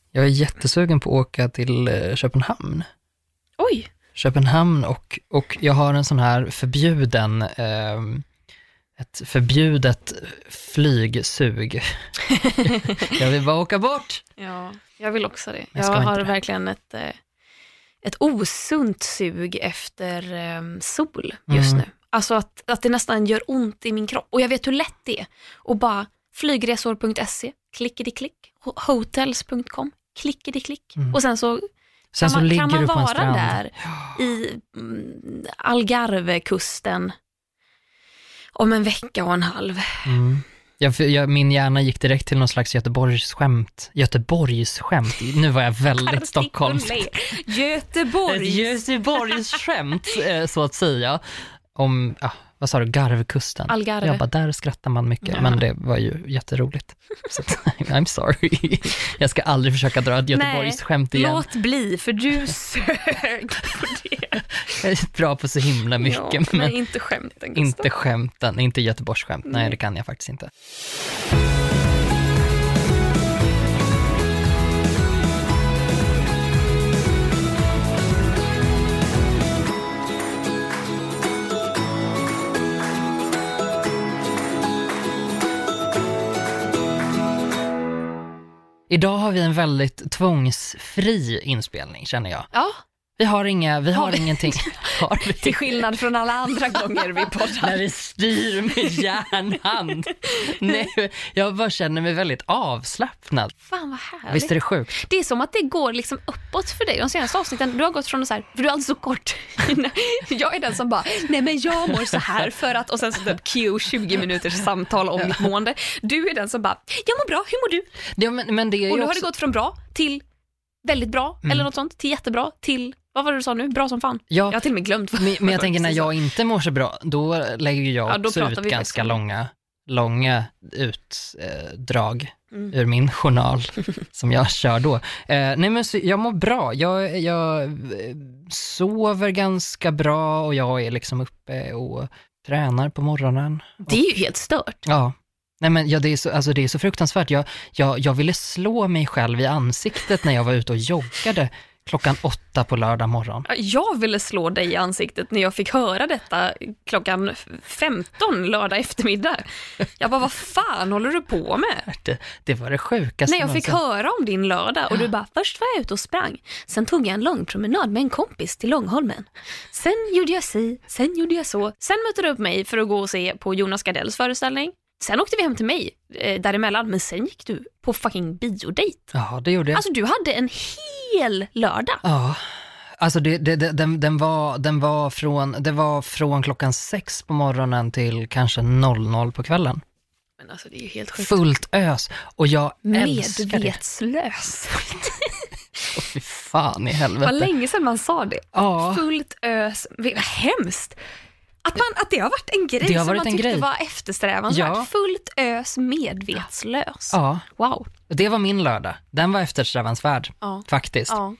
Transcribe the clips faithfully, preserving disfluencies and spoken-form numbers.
Jag är jättesugen på att åka till eh, Köpenhamn. Oj! Köpenhamn och, och jag har en sån här förbjuden... Eh, ett förbjudet flygsug. Jag vill bara åka bort. Ja, jag vill också det. Jag Jag, har det. verkligen ett, ett osunt sug efter um, sol just Mm. nu. Alltså att, att det nästan gör ont i min kropp. Och jag vet hur lätt det är. Och bara flygresor punkt se, klickety-klick, hotels punkt com, klickety-klick. Mm. Och sen så Sen kan så man, ligger kan man du på en vara strand. där i mm, Algarvekusten om en vecka och en halv. Mm. Jag, jag, min hjärna gick direkt till någon slags Göteborgsskämt. Göteborgsskämt. Nu var jag väldigt stockholmsk. Göteborg. Ett Göteborgsskämt, eh, så att säga. Om, ah, vad sa du, Garvkusten. Algarve. Jag bara, där skrattar man mycket. Ja. Men det var ju jätteroligt. Så att, I'm sorry. Jag ska aldrig försöka dra ett Göteborgsskämt igen. Låt bli, för du sög på det. Jag är bra på så himla mycket. Ja, men, men inte skämten. inte skämten, inte Göteborgsskämt. Nej, Nej. det kan jag faktiskt inte. Idag har vi en väldigt tvångsfri inspelning, känner jag. Ja, Vi har inga, vi har, Har vi? ingenting. Har vi? till skillnad från alla andra gånger vi poddar. När vi styr med järnhand. Nej, jag bara känner mig väldigt avslappnad. Fan vad härligt. Visst är det sjukt? Det är som att det går liksom uppåt för dig. De senaste avsnitten, du har gått från så här, för du är alltid så kort. Jag är den som bara, nej men jag mår så här för att, och sen så typ Q tjugo minuters samtal om mitt mående. Du är den som bara, jag mår bra, hur mår du? Ja, men, men det är ju Och nu har också... det gått från bra till väldigt bra, Mm. eller något sånt, till jättebra, till, vad var det du sa nu? Bra som fan. Ja, Jag har till och med glömt vad men, men jag vad tänker när precis sa. jag inte mår så bra, då lägger jag Ja, då också pratar ut vi ganska faktiskt om det. långa, långa utdrag Mm. ur min journal som jag kör då. Eh, nej men så, jag mår bra. Jag, jag eh, sover ganska bra och jag är liksom uppe och tränar på morgonen. Det är ju helt stört. Ja. Nej men ja, det är så, alltså det är så fruktansvärt. Jag, jag, jag ville slå mig själv i ansiktet när jag var ute och joggade klockan åtta på lördag morgon. Jag ville slå dig i ansiktet när jag fick höra detta klockan femton lördag eftermiddag. Jag bara, vad fan håller du på med? Det, det var det sjukaste. När jag fick någonsin. höra om din lördag och du bara, först var jag ute och sprang. Sen tog jag en lång promenad med en kompis till Långholmen. Sen gjorde jag si, sen gjorde jag så. Sen mötte du upp mig för att gå och se på Jonas Gardells föreställning. Sen åkte vi hem till mig eh, däremellan, men sen gick du på fucking biodate. Ja, det gjorde jag. Alltså du hade en hel lördag. Ja, alltså det, det, det, den, den, var, den var från, det var från klockan sex på morgonen till kanske noll noll på kvällen. Men alltså det är ju helt sjukt. Fullt ös. Och jag älskar det. Medvetslös. Åh, fy fan i helvete. Vad länge sedan man sa det. Ja. Fullt ös. Vad hemskt. Att, man, att det har varit en grej Det har som varit man en tyckte grej. var eftersträvansvärt. Ja. Fullt ös, medvetslös. Ja, Wow. det var min lördag. Den var eftersträvansvärd, Ja. faktiskt. Ja.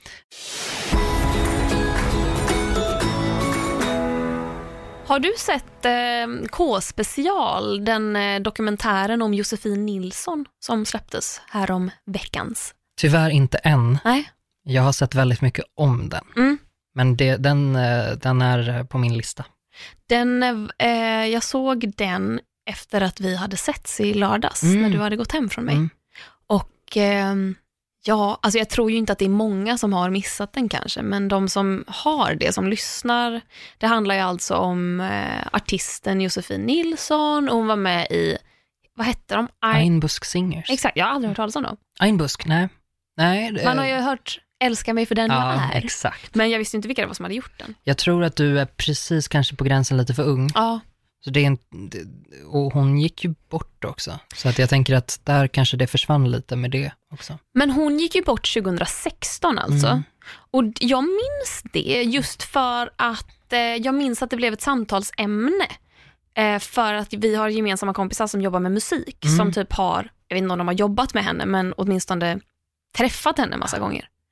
Har du sett eh, K-special, den eh, dokumentären om Josefin Nilsson som släpptes här om veckans? Tyvärr inte än. Nej. Jag har sett väldigt mycket om den. Mm. Men det, den, eh, den är på min lista. Den, eh, jag såg den efter att vi hade setts i lördags Mm. när du hade gått hem från mig. Mm. Och eh, ja, alltså jag tror ju inte att det är många som har missat den kanske, men de som har det, som lyssnar, det handlar ju alltså om eh, artisten Josefin Nilsson, och hon var med i, vad hette de? I- Einbusk Singers. Exakt, jag har aldrig hört talas om dem. Einbusk, nej. nej det, Man har ju hört Älska mig för den ja, jag är. exakt. Men jag visste inte vilka det var som hade gjort den. Jag tror att du är precis kanske på gränsen lite för ung. Ja, Så det är en, det, och hon gick ju bort också. Så att jag tänker att där kanske det försvann lite med det också. men hon gick ju bort tjugohundrasexton alltså. Mm. Och jag minns det just för att eh, jag minns att det blev ett samtalsämne. Eh, för att vi har gemensamma kompisar som jobbar med musik. Mm. Som typ har, jag vet inte om de har jobbat med henne, men åtminstone träffat henne massa gånger.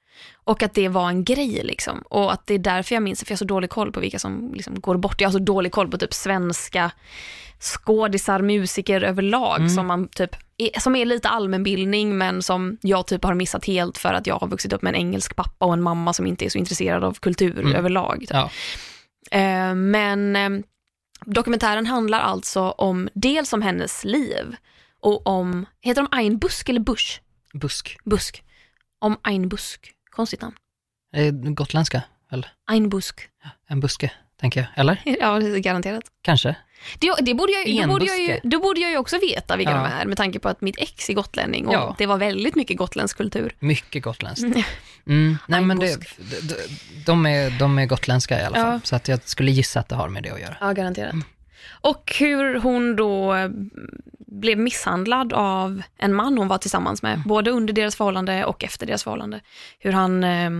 Och att det var en grej liksom. Och att det är därför jag minns, för jag har så dålig koll på vilka som liksom går bort. Jag har så dålig koll på typ svenska skådisar, musiker överlag mm. som man typ är, som är lite allmänbildning, men som jag typ har missat helt för att jag har vuxit upp med en engelsk pappa och en mamma som inte är så intresserad av kultur mm. överlag. Typ. Ja. Eh, men eh, dokumentären handlar alltså om dels om hennes liv och om, heter de Ein Busk eller Busch? Busk. Busk. Om Ein Busk. Konstigt namn. Eh, gotländska, eller? Ein Busk. Ja, en buske, tänker jag. Eller? Ja, det är garanterat. Kanske. Det, det borde jag, då, borde jag ju, då borde jag ju också veta vilka ja. de är, med tanke på att mitt ex är gotlänning och ja. det var väldigt mycket gotländsk kultur. Mycket gotländskt. Mm. Nej, men det, de, de, är, de är gotländska i alla fall, ja. så att jag skulle gissa att det har med det att göra. Ja, garanterat. Mm. Och hur hon då blev misshandlad av en man hon var tillsammans med, mm. både under deras förhållande och efter deras förhållande. Hur han eh,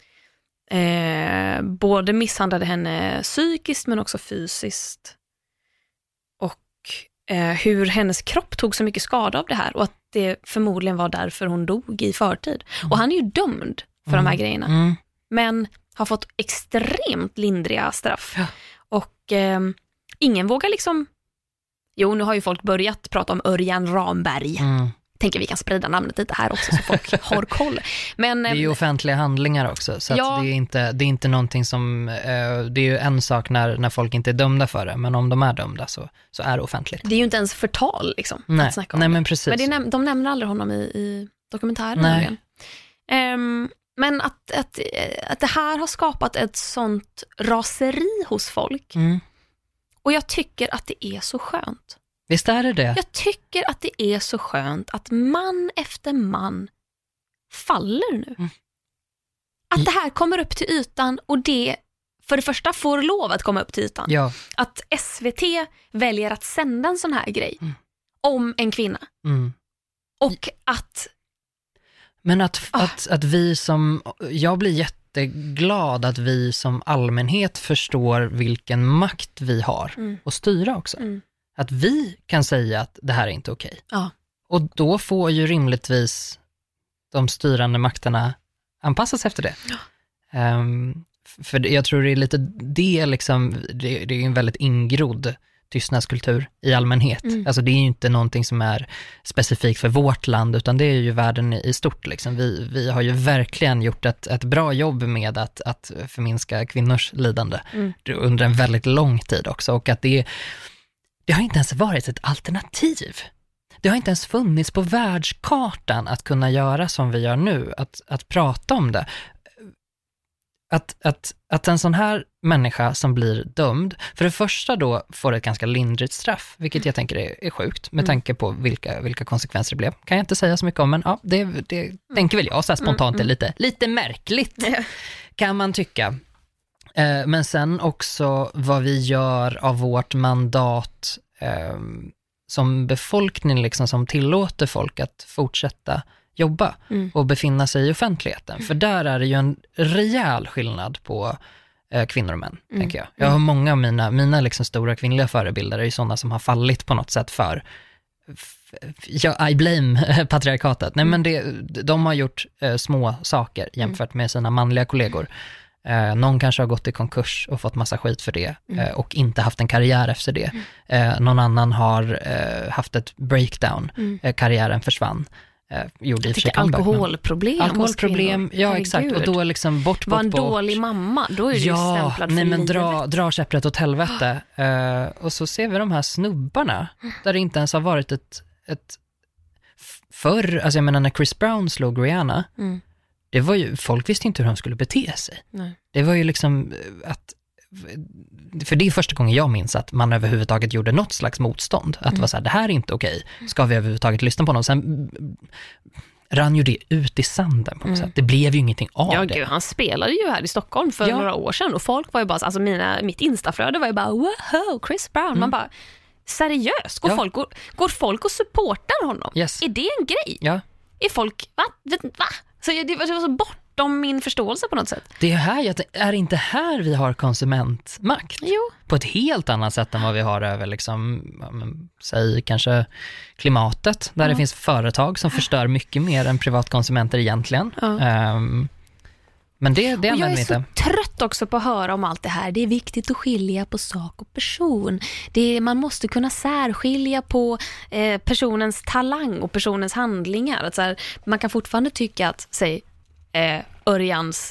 eh, både misshandlade henne psykiskt men också fysiskt. Och eh, hur hennes kropp tog så mycket skada av det här och att det förmodligen var därför hon dog i förtid. Mm. Och han är ju dömd för mm. de här grejerna. Mm. Men har fått extremt lindriga straff. Ja. Och eh, ingen vågar liksom... Jo, nu har ju folk börjat prata om Örjan Ramberg. Mm. Tänker vi kan sprida namnet lite här också så folk har koll. Men, det är ju offentliga handlingar också. Så ja, att det, är inte, det är inte någonting som... Eh, det är ju en sak när, när folk inte är dömda för det. Men om de är dömda så, så är det offentligt. Det är ju inte ens förtal liksom, nej, att snacka om nej, det. Men precis. Men det näm- de nämner aldrig honom i, i dokumentären. Nej. Um, men att, att, att det här har skapat ett sånt raseri hos folk. Mm. Och jag tycker att det är så skönt. Visst är det det? Jag tycker att det är så skönt att man efter man faller nu. Mm. Att det här kommer upp till ytan och det för det första får lov att komma upp till ytan. Ja. Att S V T väljer att sända en sån här grej mm. om en kvinna. Mm. Och att... Men att, oh. att, att vi som... Jag blir jätteglad att vi som allmänhet förstår vilken makt vi har mm. och styra också. Mm. Att vi kan säga att det här är inte okej. Ja. Och då får ju rimligtvis de styrande makterna anpassas efter det. Ja. Um, för jag tror det är lite det liksom, det, det är en väldigt ingrodd tystnadskultur i allmänhet. Mm. Alltså det är ju inte någonting som är specifikt för vårt land utan det är ju världen i stort. Liksom. Vi, vi har ju verkligen gjort ett, ett bra jobb med att, att förminska kvinnors lidande mm. under en väldigt lång tid också. Och att det, det har inte ens varit ett alternativ. Det har inte ens funnits på världskartan att kunna göra som vi gör nu. Att, att prata om det. Att, att, att en sån här människa som blir dömd, för det första då får ett ganska lindrigt straff, vilket jag tänker är, är sjukt med mm. tanke på vilka, vilka konsekvenser det blev. Kan jag inte säga så mycket om, men ja, det, det mm. tänker väl jag så här spontant mm. är lite, lite märkligt mm. kan man tycka. Eh, men sen också vad vi gör av vårt mandat eh, som befolkning liksom, som tillåter folk att fortsätta jobba mm. och befinna sig i offentligheten. För där är det ju en rejäl skillnad på eh, kvinnor och män, mm. tänker jag. Jag har många av mina, mina liksom stora kvinnliga förebilder är ju sådana som har fallit på något sätt för f- ja, I blame patriarkatet. Nej, mm. men det, de har gjort eh, små saker jämfört med sina manliga kollegor. Eh, någon kanske har gått i konkurs och fått massa skit för det mm. eh, och inte haft en karriär efter det. Mm. Eh, någon annan har eh, haft ett breakdown. Mm. Eh, karriären försvann. Uh, gjorde i alkoholproblem. Alkoholproblem, ja herregud. Exakt. Och då liksom bort, bort, var en bort. dålig mamma, då är du ja, ju stämplad för nej, men livet. dra, dra käpprätt åt helvete. Uh, och så ser vi de här snubbarna där det inte ens har varit ett, ett förr, alltså jag menar när Chris Brown slog Rihanna, mm. det var ju, folk visste inte hur de skulle bete sig. Nej. Det var ju liksom att för det är första gången jag minns att man överhuvudtaget gjorde något slags motstånd. Att mm. vara så här, det här är inte okej. Ska vi överhuvudtaget lyssna på någon? Sen rann ju det ut i sanden på något mm. sätt. Det blev ju ingenting av ja, det. Gud, han spelade ju här i Stockholm för ja. några år sedan och folk var ju bara, alltså mina, mitt instaflöde var ju bara, wow, Chris Brown. Mm. Man bara, seriöst, går, ja. folk, går, går folk och supportar honom? Yes. Är det en grej? Ja. Är folk, va? va? Så det var, det var så bort om min förståelse på något sätt. Det är här, är inte här vi har konsumentmakt? Jo. På ett helt annat sätt än vad vi har över liksom, säg kanske klimatet, där ja. det finns företag som förstör mycket mer än privatkonsumenter egentligen. Ja. Um, Men det, det och jag är inte. så trött också på att höra om allt det här. Det är viktigt att skilja på sak och person. Det är, man måste kunna särskilja på eh, personens talang och personens handlingar. Att så här, man kan fortfarande tycka att, säg, eh, Örjans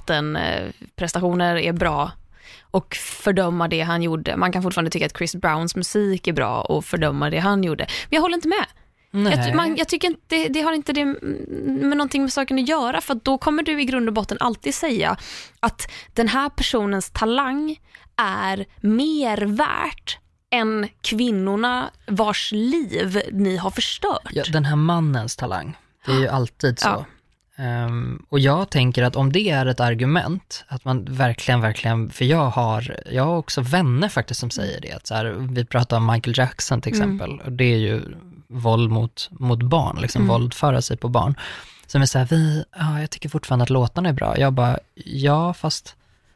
Dramaten-prestationer är bra och fördöma det han gjorde. Man kan fortfarande tycka att Chris Browns musik är bra och fördöma det han gjorde. Men jag håller inte med. Jag, man, jag tycker inte det, det har inte det med någonting med saken att göra, för att då kommer du i grund och botten alltid säga att den här personens talang är mer värt än kvinnorna vars liv ni har förstört. Ja, den här mannens talang, det är ju alltid så. Ja. Um, och jag tänker att om det är ett argument, att man verkligen, verkligen, för jag har, jag har också vänner faktiskt som säger det. Att så här, vi pratar om Michael Jackson till exempel, mm. och det är ju våld mot, mot barn, liksom mm. våldföra sig på barn. Som är så här, vi, ja, jag tycker fortfarande att låtarna är bra. Jag bara, ja fast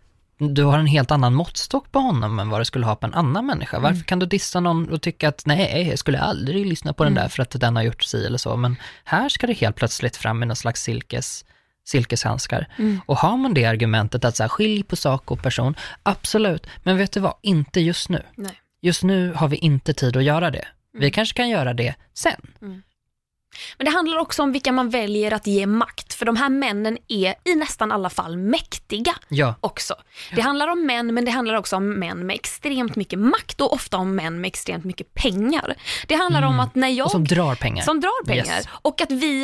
du har en helt annan måttstock på honom än vad du skulle ha på en annan människa. Varför mm. kan du dissa någon och tycka att nej, jag skulle aldrig lyssna på mm. den där för att den har gjort sig eller så. Men här ska det helt plötsligt fram med någon slags silkes, silkeshandskar. Mm. Och har man det argumentet att så här, skilj på sak och person, absolut. Men vet du vad, inte just nu. Nej. Just nu har vi inte tid att göra det. Vi mm. kanske kan göra det sen. Mm. Men det handlar också om vilka man väljer att ge makt. För de här männen är i nästan alla fall mäktiga ja. också. Ja. Det handlar om män, men det handlar också om män med extremt mycket makt och ofta om män med extremt mycket pengar. Det handlar mm. om att när jag... Och som drar pengar. Som drar pengar. Yes. Och att vi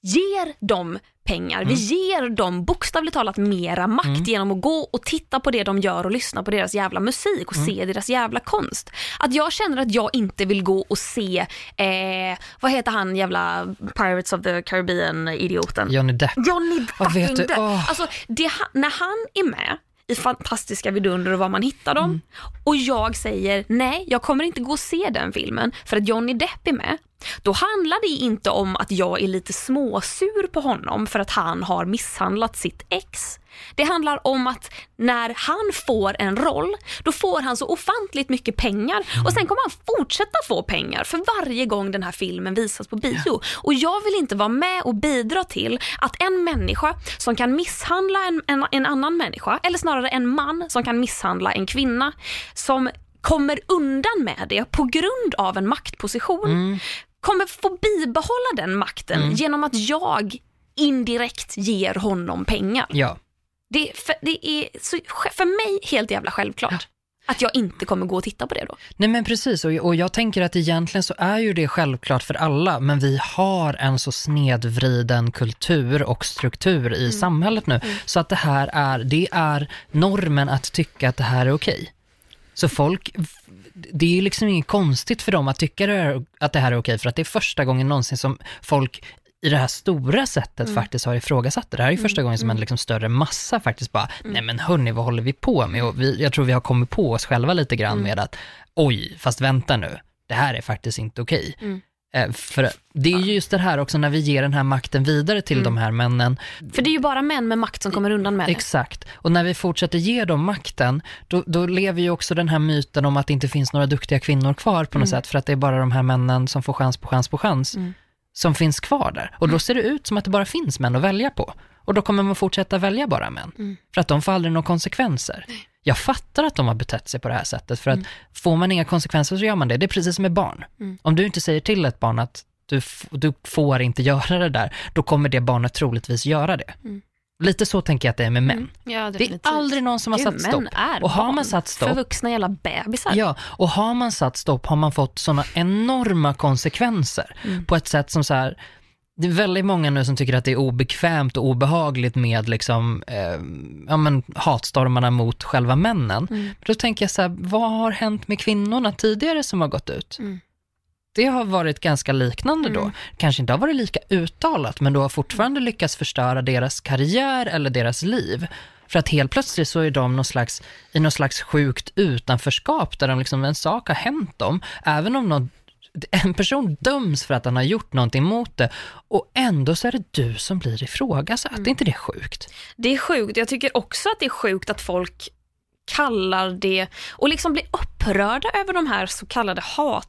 ger dem pengar. Mm. Vi ger dem bokstavligt talat mera makt mm. genom att gå och titta på det de gör och lyssna på deras jävla musik och mm. se deras jävla konst. Att jag känner att jag inte vill gå och se eh, vad heter han jävla Pirates of the Caribbean-idioten? Johnny Depp. Johnny fucking Depp. Oh. Alltså, det, när han är med i fantastiska vidunder och var man hittar dem mm. och jag säger nej, jag kommer inte gå och se den filmen för att Johnny Depp är med, då handlar det inte om att jag är lite småsur på honom för att han har misshandlat sitt ex. Det handlar om att när han får en roll, då får han så ofantligt mycket pengar och sen kommer han fortsätta få pengar för varje gång den här filmen visas på bio. Och jag vill inte vara med och bidra till att en människa som kan misshandla en, en, en annan människa, eller snarare en man som kan misshandla en kvinna, som kommer undan med det på grund av en maktposition, mm. kommer få bibehålla den makten mm. genom att jag indirekt ger honom pengar. Ja. Det, för, det är så, för mig helt jävla självklart ja. att jag inte kommer gå och titta på det då. Nej men precis, och, och jag tänker att egentligen så är ju det självklart för alla, men vi har en så snedvriden kultur och struktur i mm. samhället nu, mm. så att det här är, det är normen att tycka att det här är okej. Så folk, det är ju liksom inget konstigt för dem att tycka det här, att det här är okej, för att det är första gången någonsin som folk i det här stora sättet mm. faktiskt har ifrågasatt det. Det här är ju första gången som en liksom större massa faktiskt bara, mm. nej men hörni, vad håller vi på med? Och vi, jag tror vi har kommit på oss själva lite grann mm. med att, oj, fast vänta nu, det här är faktiskt inte okej. Mm. Eh, för det är ju just det här också när vi ger den här makten vidare till mm. de här männen. För det är ju bara män med makt som kommer undan med det. Exakt. Och när vi fortsätter ge dem makten, då, då lever ju också den här myten om att det inte finns några duktiga kvinnor kvar på något mm. sätt, för att det är bara de här männen som får chans på chans på chans. Mm. som finns kvar där. Och då ser det ut som att det bara finns män att välja på. Och då kommer man fortsätta välja bara män. Mm. För att de får aldrig några konsekvenser. Nej. Jag fattar att de har betett sig på det här sättet. För att mm. får man inga konsekvenser så gör man det. Det är precis som med barn. Mm. Om du inte säger till ett barn att du, f- du får inte göra det där, då kommer det barnet troligtvis göra det. Mm. Lite så tänker jag att det är med män. Mm. Ja, det är aldrig någon som har Gud, satt stopp. Är och har man satt stopp, för vuxna jävla bebisar. Ja, och har man satt stopp har man fått såna enorma konsekvenser mm. på ett sätt som så här, det är väldigt många nu som tycker att det är obekvämt och obehagligt med liksom, eh, ja, men, hatstormarna mot själva männen. Mm. Då tänker jag så här, vad har hänt med kvinnorna tidigare som har gått ut? Mm. Det har varit ganska liknande då. Mm. Kanske inte har varit lika uttalat, men då har fortfarande lyckats förstöra deras karriär eller deras liv. För att helt plötsligt så är de någon slags, i någon slags sjukt utanförskap där de liksom, en sak har hänt dem. Även om någon, en person döms för att han har gjort någonting mot det, och ändå så är det du som blir ifrågasatt. Mm. Är inte det sjukt? Det är sjukt. Jag tycker också att det är sjukt att folk kallar det och liksom blir upprörda över de här så kallade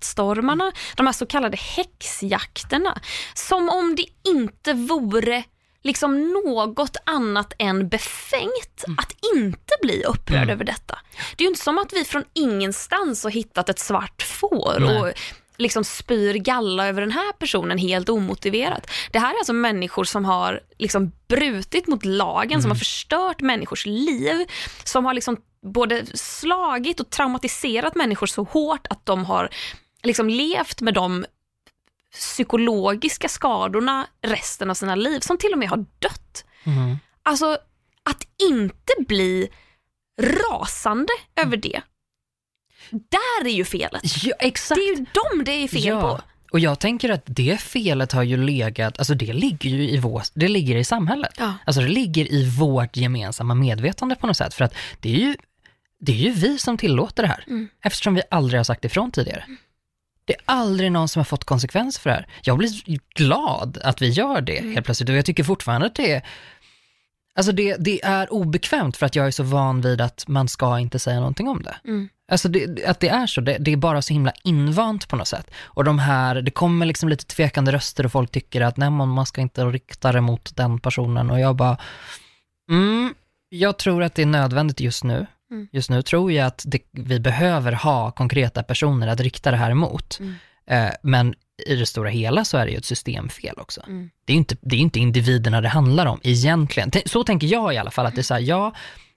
hatstormarna, de här så kallade häxjakterna, som om det inte vore liksom något annat än befängt mm. att inte bli upprörd mm. över detta. Det är ju inte som att vi från ingenstans har hittat ett svart får Nej. och liksom spyr galla över den här personen helt omotiverat. Det här är alltså människor som har liksom brutit mot lagen, mm. som har förstört människors liv, som har liksom både slagit och traumatiserat människor så hårt att de har liksom levt med de psykologiska skadorna resten av sina liv, som till och med har dött. Mm. Alltså, att inte bli rasande mm. över det, där är ju felet. Ja, exakt. Det är ju dem det är fel ja. på. Och jag tänker att det felet har ju legat, alltså det ligger ju i vår, det ligger i samhället. Ja. Alltså det ligger i vårt gemensamma medvetande på något sätt, för att det är ju, det är ju vi som tillåter det här, mm. eftersom vi aldrig har sagt ifrån tidigare. Mm. Det är aldrig någon som har fått konsekvens för det här. Jag blir glad att vi gör det mm. helt plötsligt, och jag tycker fortfarande att det är, alltså det, det är obekvämt, för att jag är så van vid att man ska inte säga någonting om det. Mm. Alltså det, att det är så, det, det är bara så himla invant på något sätt. Och de här, det kommer liksom lite tvekande röster och folk tycker att nej, man ska inte rikta det mot den personen. Och jag bara, mm, jag tror att det är nödvändigt just nu. Mm. Just nu tror jag att det, vi behöver ha konkreta personer att rikta det här emot. Mm. Eh, men i det stora hela så är det ju ett systemfel också. Mm. Det är ju inte, det är inte individerna det handlar om egentligen. Så tänker jag i alla fall, att det är så här, ja,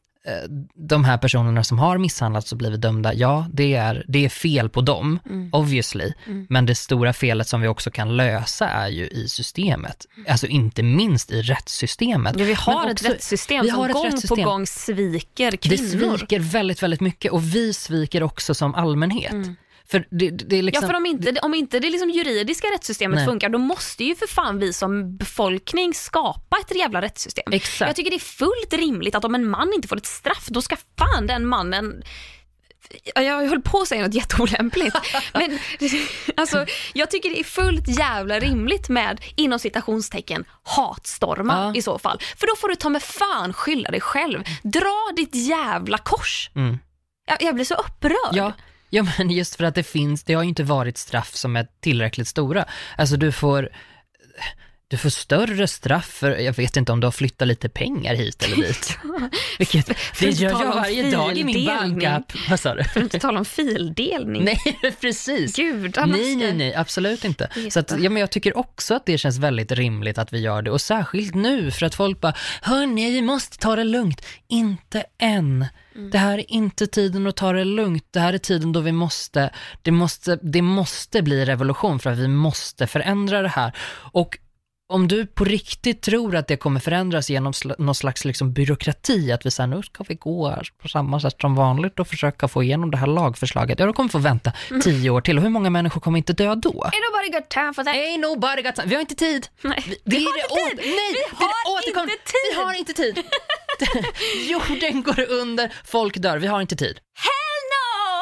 de här personerna som har misshandlats och blivit dömda, ja, det är, det är fel på dem, mm. obviously. Mm. Men det stora felet som vi också kan lösa är ju i systemet. Alltså inte minst i rättssystemet. Ja, vi har också, ett rättssystem vi som har ett gång rättssystem. på gång sviker kvinnor. Det sviker väldigt, väldigt mycket, och vi sviker också som allmänhet. Mm. För det, det är liksom, ja, för om inte, om inte det liksom juridiska rättssystemet nej. funkar, då måste ju för fan vi som befolkning skapa ett jävla rättssystem. Exakt. Jag tycker det är fullt rimligt att om en man inte får ett straff, då ska fan den mannen... Jag höll på att säga något jätteolämpligt. Men alltså, jag tycker det är fullt jävla rimligt med, inom citationstecken, hatstormar ja. i så fall. För då får du ta med fan skylla dig själv. Dra ditt jävla kors. Mm. Jag, jag blir så upprörd. Ja. Ja, men just för att det finns, det har ju inte varit straff som är tillräckligt stora. Alltså du får, du får större straff för, jag vet inte om du har flyttat lite pengar hit eller dit. Vilket, det gör jag varje dag i min bankapp. Vad sa du? För att inte tala om fildelning. Nej, precis. Gud, nej, nej, nej, absolut inte. Så att, ja, men jag tycker också att det känns väldigt rimligt att vi gör det. Och särskilt nu, för att folk bara, hörni, vi måste ta det lugnt. Inte än. Mm. Det här är inte tiden att ta det lugnt. Det här är tiden då vi måste det måste, det måste bli revolution, för att vi måste förändra det här. Och om du på riktigt tror att det kommer förändras genom sl- någon slags liksom byråkrati, att vi säger nu ska vi gå på samma sätt som vanligt och försöka få igenom det här lagförslaget, ja, då kommer vi få vänta mm. tio år till. Och hur många människor kommer inte dö då? Ain't nobody got time for that. Ain't nobody got time. Vi har inte tid. Nej, vi, vi, vi har inte tid. Nej, vi har återkom- inte tid. Vi har inte tid. Jorden går under, folk dör. Vi har inte tid. Hell no!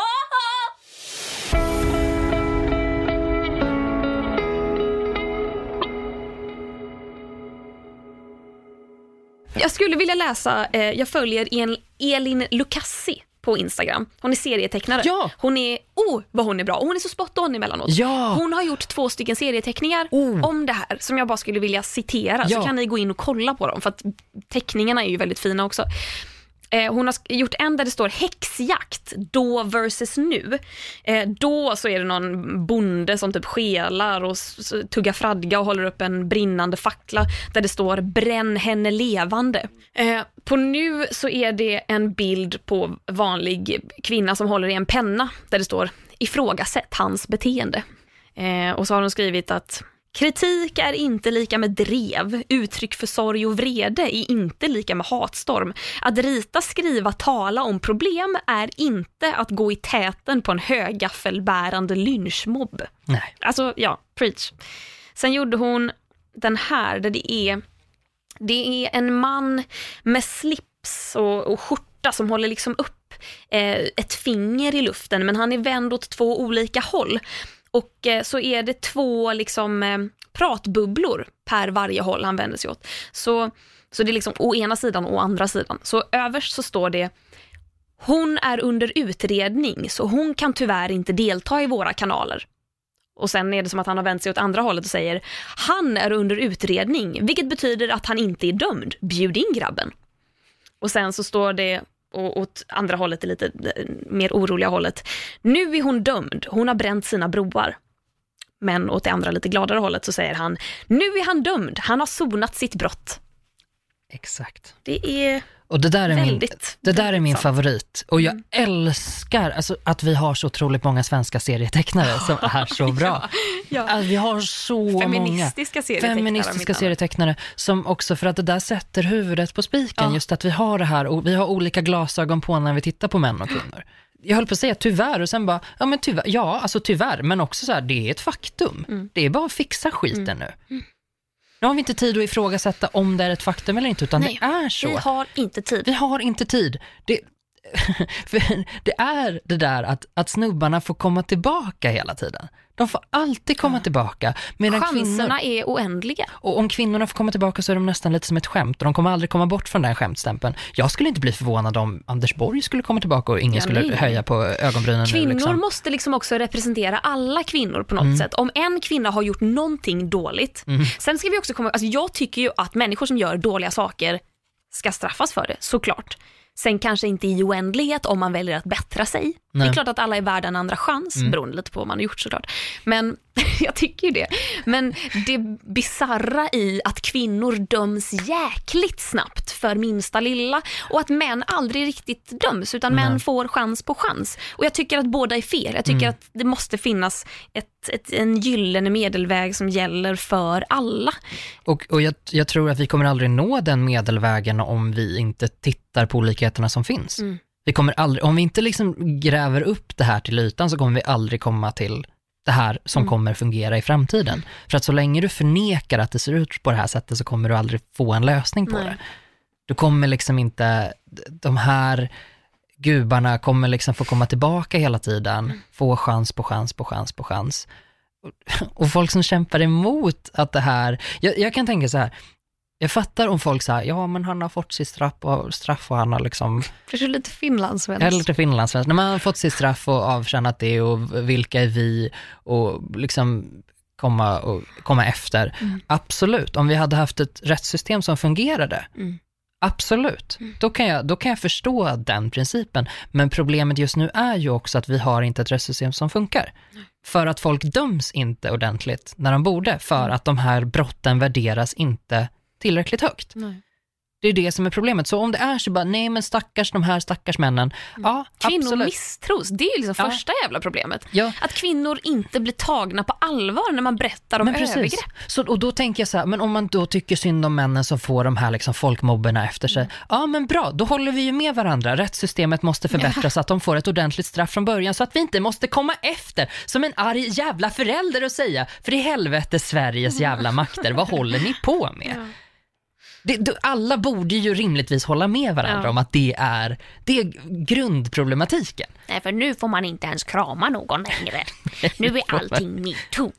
Jag skulle vilja läsa, eh, jag följer en Elin Lucassi på Instagram. Hon är serietecknare. Ja. Hon är, oh vad hon är bra. Och hon är så spot on emellanåt. Ja. Hon har gjort två stycken serieteckningar oh. om det här som jag bara skulle vilja citera. Ja. Så kan ni gå in och kolla på dem, för att teckningarna är ju väldigt fina också. Eh, hon har gjort en där det står häxjakt, då versus nu. Eh, då så är det någon bonde som typ skelar och s- tuggar fradga och håller upp en brinnande fackla där det står bränn henne levande. Eh, på nu så är det en bild på vanlig kvinna som håller i en penna där det står ifrågasätt hans beteende. Eh, och så har hon skrivit att kritik är inte lika med drev, uttryck för sorg och vrede är inte lika med hatstorm. Att rita, skriva, tala om problem är inte att gå i täten på en högaffelbärande lynchmobb. Nej. Alltså, ja, preach. Sen gjorde hon den här där det är, det är en man med slips och, och skjorta som håller liksom upp eh, ett finger i luften, men han är vänd åt två olika håll. Och eh, så är det två liksom eh, pratbubblor per varje håll han vänder sig åt. Så, så det är liksom å ena sidan och å andra sidan. Så överst så står det: hon är under utredning så hon kan tyvärr inte delta i våra kanaler. Och sen är det som att han har vänt sig åt andra hållet och säger han är under utredning, vilket betyder att han inte är dömd. Bjud in grabben. Och sen så står det och åt andra hållet, är lite mer oroliga hållet. Nu är hon dömd. Hon har bränt sina broar. Men åt det andra lite gladare hållet så säger han nu är han dömd. Han har sonat sitt brott. Exakt. Det är och det där är väldigt, min, det där är min sant. favorit. Och jag mm. älskar alltså, att vi har så otroligt många svenska serietecknare som är så bra. ja, ja. Alltså, vi har så feministiska många serietecknare, feministiska serietecknare som också, för att det där sätter huvudet på spiken. Ja. Just att vi har det här och vi har olika glasögon på när vi tittar på män och kvinnor. Jag höll på att säga tyvärr och sen bara, ja men tyvärr, ja alltså tyvärr, men också så här, det är ett faktum. Mm. Det är bara att fixa skiten mm. nu. Mm. Nu har vi inte tid att ifrågasätta om det är ett faktum eller inte, utan Nej, det är så. Vi har inte tid. Vi har inte tid. Det, det är det där att, att snubbarna får komma tillbaka hela tiden. De får alltid komma ja. tillbaka. Medan chanserna kvinnor, är oändliga. Och om kvinnorna får komma tillbaka så är de nästan lite som ett skämt. Och de kommer aldrig komma bort från den skämtstämpeln. Jag skulle inte bli förvånad om Anders Borg skulle komma tillbaka och ingen ja, skulle höja på ögonbrynen. Kvinnor nu, liksom. måste liksom också representera alla kvinnor på något mm. sätt. Om en kvinna har gjort någonting dåligt. Mm. Sen ska vi också komma... Alltså jag tycker ju att människor som gör dåliga saker ska straffas för det, såklart. Sen kanske inte i oändlighet om man väljer att bättra sig. Nej. Det är klart att alla är värda en andra chans, mm. beroende lite på vad man har gjort såklart. Men jag tycker ju det. Men det bizarra i att kvinnor döms jäkligt snabbt för minsta lilla och att män aldrig riktigt döms utan Nej. män får chans på chans. Och jag tycker att båda är fel. Jag tycker mm. att det måste finnas ett, ett, en gyllene medelväg som gäller för alla. Och, och jag, jag tror att vi kommer aldrig nå den medelvägen om vi inte tittar på olikheterna som finns. Mm. Vi kommer aldrig, om vi inte liksom gräver upp det här till ytan så kommer vi aldrig komma till det här som mm. kommer fungera i framtiden. För att så länge du förnekar att det ser ut på det här sättet så kommer du aldrig få en lösning på Nej. det. Du kommer liksom inte, de här gubarna kommer liksom få komma tillbaka hela tiden, mm. få chans på chans på chans på chans. Och, och folk som kämpar emot att det här, jag, jag kan tänka så här, jag fattar om folk säger, ja men han har fått sitt straff och, straff och han har liksom... Det är lite finlandssvensk. Eller lite finlandssvensk. När man har fått sitt straff och avtjänat det och vilka är vi och liksom komma, och komma efter. Mm. Absolut, om vi hade haft ett rättssystem som fungerade. Mm. Absolut, mm. då, kan jag, då kan jag förstå den principen. Men problemet just nu är ju också att vi har inte ett rättssystem som funkar. Mm. För att folk döms inte ordentligt när de borde. För mm. att de här brotten värderas inte tillräckligt högt. Nej. Det är det som är problemet. Så om det är så bara, nej men stackars de här stackars männen. Mm. Ja, kvinnor absolut. misstros, det är ju liksom ja. första jävla problemet. Ja. Att kvinnor inte blir tagna på allvar när man berättar om men övergrepp. Precis. Så, och då tänker jag så här, men om man då tycker synd om männen som får de här liksom folkmobberna efter sig. Mm. Ja men bra, då håller vi ju med varandra. Rättssystemet måste förbättras ja. så att de får ett ordentligt straff från början. Så att vi inte måste komma efter som en arg jävla förälder och säga, för i helvete Sveriges jävla makter, vad håller ni på med? Ja. Det, alla borde ju rimligtvis hålla med varandra ja. om att det är, det är grundproblematiken. Nej, för nu får man inte ens krama någon längre. Nu är allting MeToo.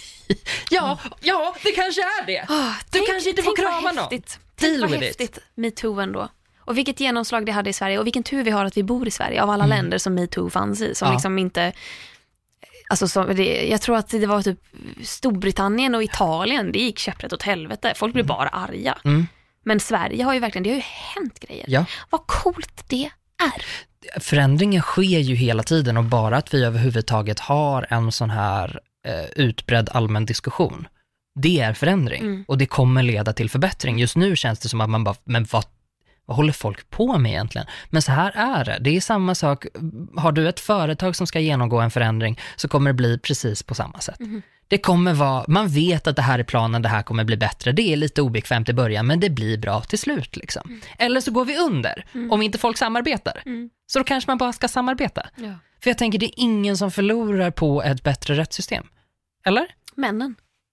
ja, ja, det kanske är det. Oh, du tänk, kanske inte får krama någon. Tänk vad häftigt MeToo ändå. Och vilket genomslag det hade i Sverige. Och vilken tur vi har att vi bor i Sverige. Av alla mm. länder som MeToo fanns i. Som ja. liksom inte... Alltså så, det, jag tror att det var typ Storbritannien och Italien, det gick käpprätt åt helvete. Folk blev bara arga. Mm. Men Sverige har ju verkligen, det har ju hänt grejer. Ja. Vad coolt det är. Förändringen sker ju hela tiden och bara att vi överhuvudtaget har en sån här eh, utbredd allmän diskussion. Det är förändring mm. och det kommer leda till förbättring. Just nu känns det som att man bara, men vad Vad håller folk på med egentligen? Men så här är det. Det är samma sak. Har du ett företag som ska genomgå en förändring så kommer det bli precis på samma sätt. Mm. Det kommer vara, man vet att det här är planen, det här kommer bli bättre. Det är lite obekvämt i början men det blir bra till slut. Liksom. Mm. Eller så går vi under mm. om inte folk samarbetar. Mm. Så då kanske man bara ska samarbeta. Ja. För jag tänker det är ingen som förlorar på ett bättre rättssystem. Eller? Männen.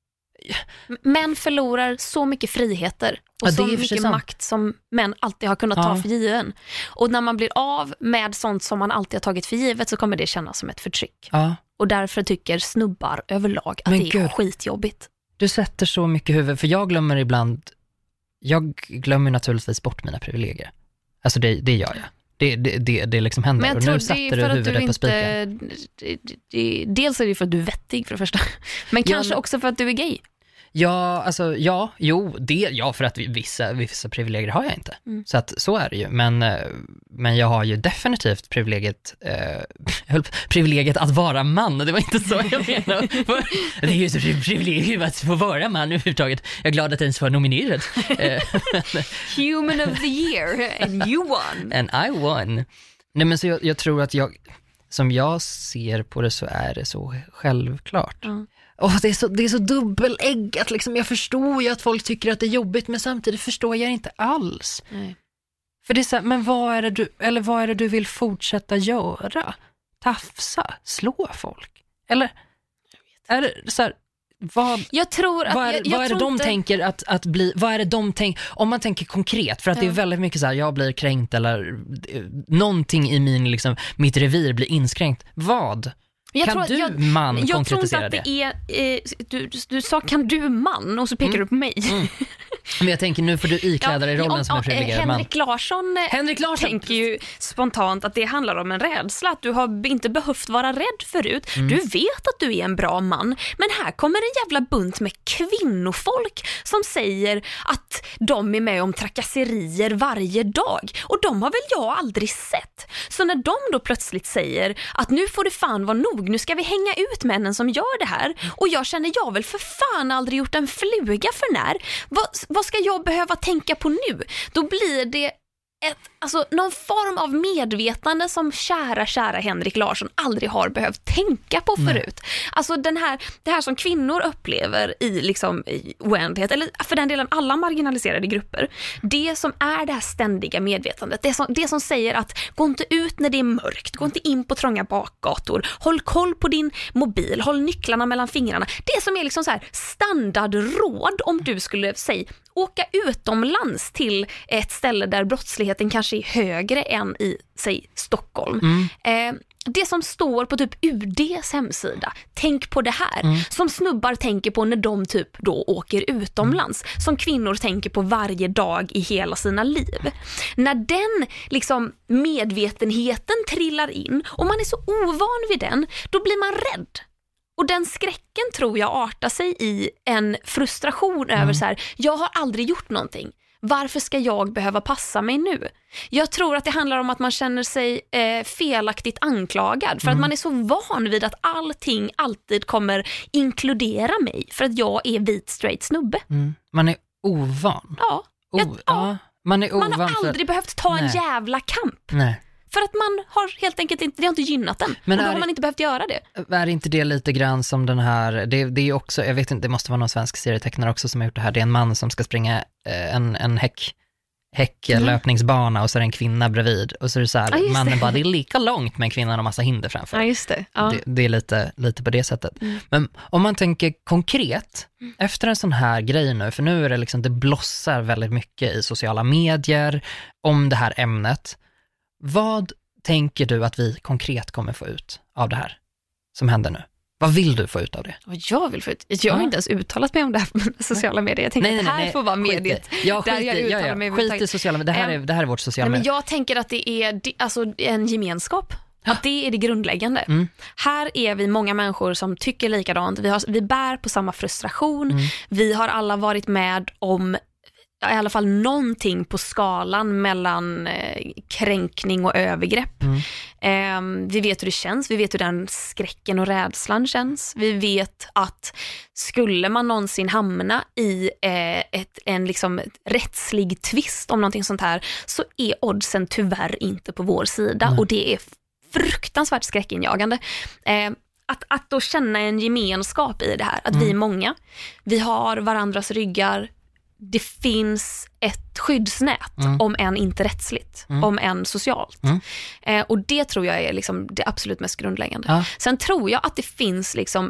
Män förlorar så mycket friheter och ja, så mycket makt som män alltid har kunnat ja. ta för given. Och när man blir av med sånt som man alltid har tagit för givet så kommer det kännas som ett förtryck. Ja. Och därför tycker snubbar överlag att Men det är Gud, skitjobbigt. Du sätter så mycket huvud, för jag glömmer ibland, jag glömmer naturligtvis bort mina privilegier. Alltså det, det gör jag. Det, det, det, det liksom händer. Men jag och tror nu det satte är du för att huvudet du på inte, spiken. det, det, dels är det för att du är vettig för det första. Men Ja, kanske men- också för att du är gay. Ja, alltså, ja, jo, det, ja, för att vissa, vissa privilegier har jag inte. Mm. Så att så är det ju. Men, eh, men jag har ju definitivt privilegiet, eh, jag höll på- privilegiet att vara man. Det var inte så jag menade. Det är ju så privilegium att få vara man överhuvudtaget. Jag är glad att jag ens var nominerad. Eh, Human of the year and you won. And I won. Nej, men så jag, jag tror att jag, som jag ser på det så är det så självklart. Mm. Och det är så, det är så dubbeläggat liksom. Jag förstår ju att folk tycker att det är jobbigt, men samtidigt förstår jag inte alls. Nej. För det är så här, men vad är det du, eller vad är det du vill fortsätta göra? Tafsa, slå folk? Eller är det så här, vad, Jag tror att vad är, jag, jag vad är det tror de inte, tänker att, att bli, vad är det de tänker, om man tänker konkret, för att det är Ja. väldigt mycket så här, jag blir kränkt eller eh, någonting i min, liksom, mitt revir blir inskränkt. Vad? jag Kan tror att du jag, man jag tror inte konkretisera att det? det är eh, du, du sa kan du man och så pekar Mm. du på mig. Mm. Men jag tänker, nu får du ikläda dig rollen om- som en om, eh, privilegierad man. Henrik Larsson, eh, Henrik Larsson. tänker ju spontant att det handlar om en rädsla, att du har inte behövt vara rädd förut. Mm. Du vet att du är en bra man, men här kommer en jävla bunt med kvinnofolk som säger att de är med om trakasserier varje dag, och de har väl jag aldrig sett. Så när de då plötsligt säger att nu får det fan vara nog, nu ska vi hänga ut männen som gör det här, och jag känner jag väl för fan aldrig gjort en fluga för när. Vad, vad ska jag behöva tänka på nu? Då blir det ett, alltså, någon form av medvetande som kära, kära Henrik Larsson aldrig har behövt tänka på förut. Alltså den här, det här som kvinnor upplever i, liksom, i oändlighet, eller för den delen alla marginaliserade grupper. Det som är det här ständiga medvetandet, det som, det som säger att gå inte ut när det är mörkt, gå inte in på trånga bakgator, håll koll på din mobil, håll nycklarna mellan fingrarna. Det som är liksom så här standardråd om du skulle säga åka utomlands till ett ställe där brottsligheten kanske är högre än i, säg, Stockholm. Mm. Eh, det som står på typ U D:s hemsida, tänk på det här. Mm. Som snubbar tänker på när de typ då åker utomlands. Mm. Som kvinnor tänker på varje dag i hela sina liv. När den liksom medvetenheten trillar in och man är så ovan vid den, då blir man rädd. Och den skräcken tror jag artar sig i en frustration mm. över så här, jag har aldrig gjort någonting. Varför ska jag behöva passa mig nu? Jag tror att det handlar om att man känner sig eh, felaktigt anklagad. För mm. att man är så van vid att allting alltid kommer inkludera mig. För att jag är vit straight snubbe. Mm. Man är ovan. Ja. O- jag, ja. ja. Man är ovan. Man har aldrig för... behövt ta Nej. en jävla kamp. Nej. För att man har helt enkelt inte, det har inte gynnat den. Men och då är har man det... inte behövt göra det. Är inte det lite grann som den här, det, det är också, jag vet inte, det måste vara någon svensk serietecknare också som har gjort det här. Det är en man som ska springa eh, en, en häck, häck mm. löpningsbana och så är det en kvinna bredvid. Och så är det så här, ja, mannen det. bara, det är lika långt men kvinnan har massa hinder framför. Ja, just det. Ja. Det, det är lite, lite på det sättet. Mm. Men om man tänker konkret, mm. efter en sån här grej nu, för nu är det liksom, det blossar väldigt mycket i sociala medier om det här ämnet. Vad tänker du att vi konkret kommer få ut av det här som händer nu? Vad vill du få ut av det? Vad jag vill få ut? Jag har ja. inte ens uttalat mig om det här på sociala medier. Jag tänker nej, att det här nej, får vara mediet. Ja, skit där jag i, ja, ja. mig skit i sociala medier. Det här är, det här är vårt sociala medier. medier. Men jag tänker att det är alltså, en gemenskap. Att det är det grundläggande. Mm. Här är vi många människor som tycker likadant. Vi, har, vi bär på samma frustration. Mm. Vi har alla varit med om i alla fall någonting på skalan mellan eh, kränkning och övergrepp. Mm. Eh, vi vet hur det känns, vi vet hur den skräcken och rädslan känns. Vi vet att skulle man någonsin hamna i eh, ett, en liksom rättslig tvist om någonting sånt här, så är oddsen tyvärr inte på vår sida. Mm. Och det är fruktansvärt skräckinjagande. Eh, Att, att då känna en gemenskap i det här. Att mm. vi är många. Vi har varandras ryggar. Det finns ett skyddsnät, mm. om än inte rättsligt, mm. om än socialt. Mm. Eh, och det tror jag är liksom det absolut mest grundläggande. Ja. Sen tror jag att det finns liksom,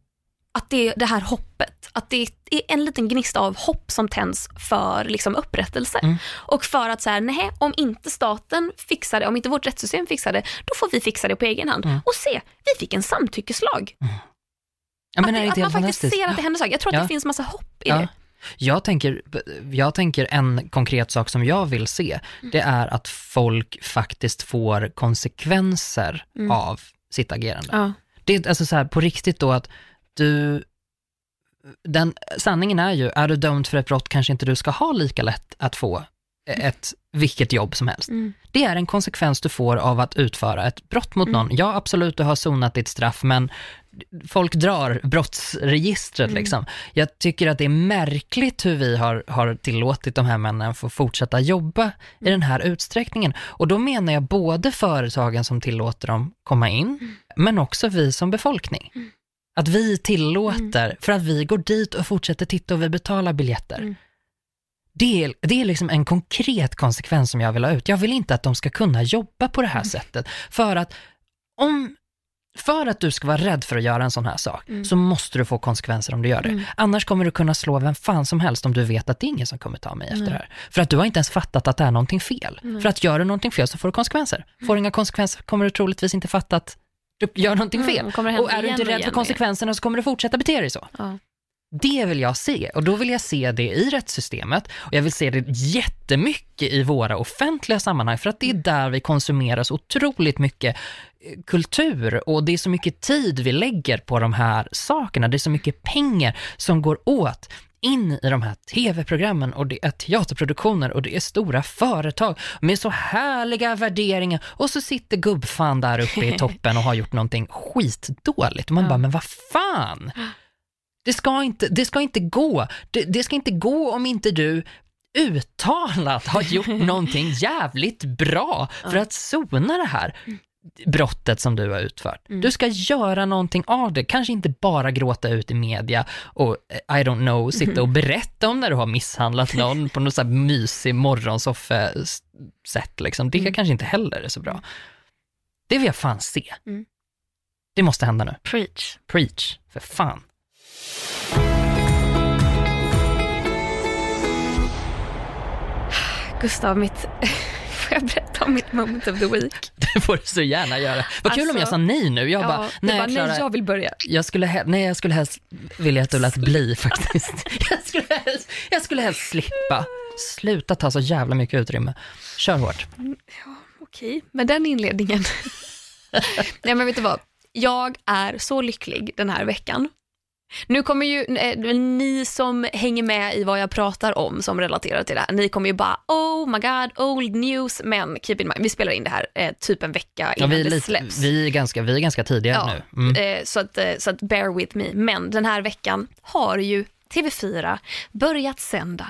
att det, det här hoppet, att det är en liten gnista av hopp som tänds för liksom upprättelse. Mm. Och för att så här, nej, om inte staten fixar det, om inte vårt rättssystem fixar det, då får vi fixa det på egen hand. Mm. Och se, vi fick en samtyckeslag. Mm. Ja, men att, är det att man faktiskt ser att det händer saker. Jag tror att ja. det finns massa hopp i ja. det. Jag tänker, jag tänker en konkret sak som jag vill se, det är att folk faktiskt får konsekvenser mm. av sitt agerande. Ja. Det är alltså så här, på riktigt då att du, den, sanningen är ju, är du dömd för ett brott kanske inte du ska ha lika lätt att få ett vilket jobb som helst. Mm. Det är en konsekvens du får av att utföra ett brott mot mm. någon. Ja, absolut, du har sonat ditt straff, men folk drar brottsregistret mm. liksom. Jag tycker att det är märkligt hur vi har, har tillåtit de här männen få fortsätta jobba mm. i den här utsträckningen. Och då menar jag både företagen som tillåter dem komma in, mm. men också vi som befolkning. Mm. Att vi tillåter, mm. för att vi går dit och fortsätter titta och vi betalar biljetter. Mm. Det är, det är liksom en konkret konsekvens som jag vill ha ut. Jag vill inte att de ska kunna jobba på det här mm. sättet. För att om för att du ska vara rädd för att göra en sån här sak mm. så måste du få konsekvenser om du gör det. Mm. Annars kommer du kunna slå vem fan som helst om du vet att det är ingen som kommer ta mig efter mm. det här. För att du har inte ens fattat att det är någonting fel. Mm. För att gör du någonting fel så får du konsekvenser. Får du inga konsekvenser kommer du troligtvis inte fatta att du gör någonting fel. Mm, och är du inte rädd för konsekvenserna så kommer du fortsätta bete dig så. Ja. Det vill jag se, och då vill jag se det i rättssystemet, och jag vill se det jättemycket i våra offentliga sammanhang, för att det är där vi konsumerar så otroligt mycket kultur, och det är så mycket tid vi lägger på de här sakerna, det är så mycket pengar som går åt in i de här tv-programmen, och det är teaterproduktioner och det är stora företag med så härliga värderingar, och så sitter gubbfan där uppe i toppen och har gjort någonting skitdåligt, och man ja. bara, men vad fan? Det ska inte, det ska inte gå. Det, det ska inte gå om inte du uttalat har gjort någonting jävligt bra för att sona det här brottet som du har utfört. Mm. Du ska göra någonting av det. Kanske inte bara gråta ut i media och I don't know, sitta och berätta om när du har misshandlat någon på något så här mysig morgonsoffe-sätt. Liksom. Det mm. kanske inte heller är så bra. Det vill jag fan se. Mm. Det måste hända nu. Preach. Preach, för fan. Gustav, mitt... får jag berätta om mitt moment of the week? Det får du så gärna göra. Vad kul alltså, om jag sa nej nu. Jag ja, bara, nej, bara, nej, jag vill börja. Jag skulle, he- nej, jag skulle helst vilja att du lät bli faktiskt. jag, skulle helst, jag skulle helst slippa. Sluta ta så jävla mycket utrymme. Kör hårt. Ja, okej. Med den inledningen. Nej, men vet du vad? Jag är så lycklig den här veckan. Nu kommer ju eh, ni som hänger med i vad jag pratar om som relaterar till det här, ni kommer ju bara, oh my god, old news, men keep in mind, vi spelar in det här eh, typ en vecka innan ja, vi det lite, släpps. Vi är ganska, vi är ganska tidiga ja, nu. Mm. Eh, så, att, eh, så att bear with me. Men den här veckan har ju T V fyra börjat sända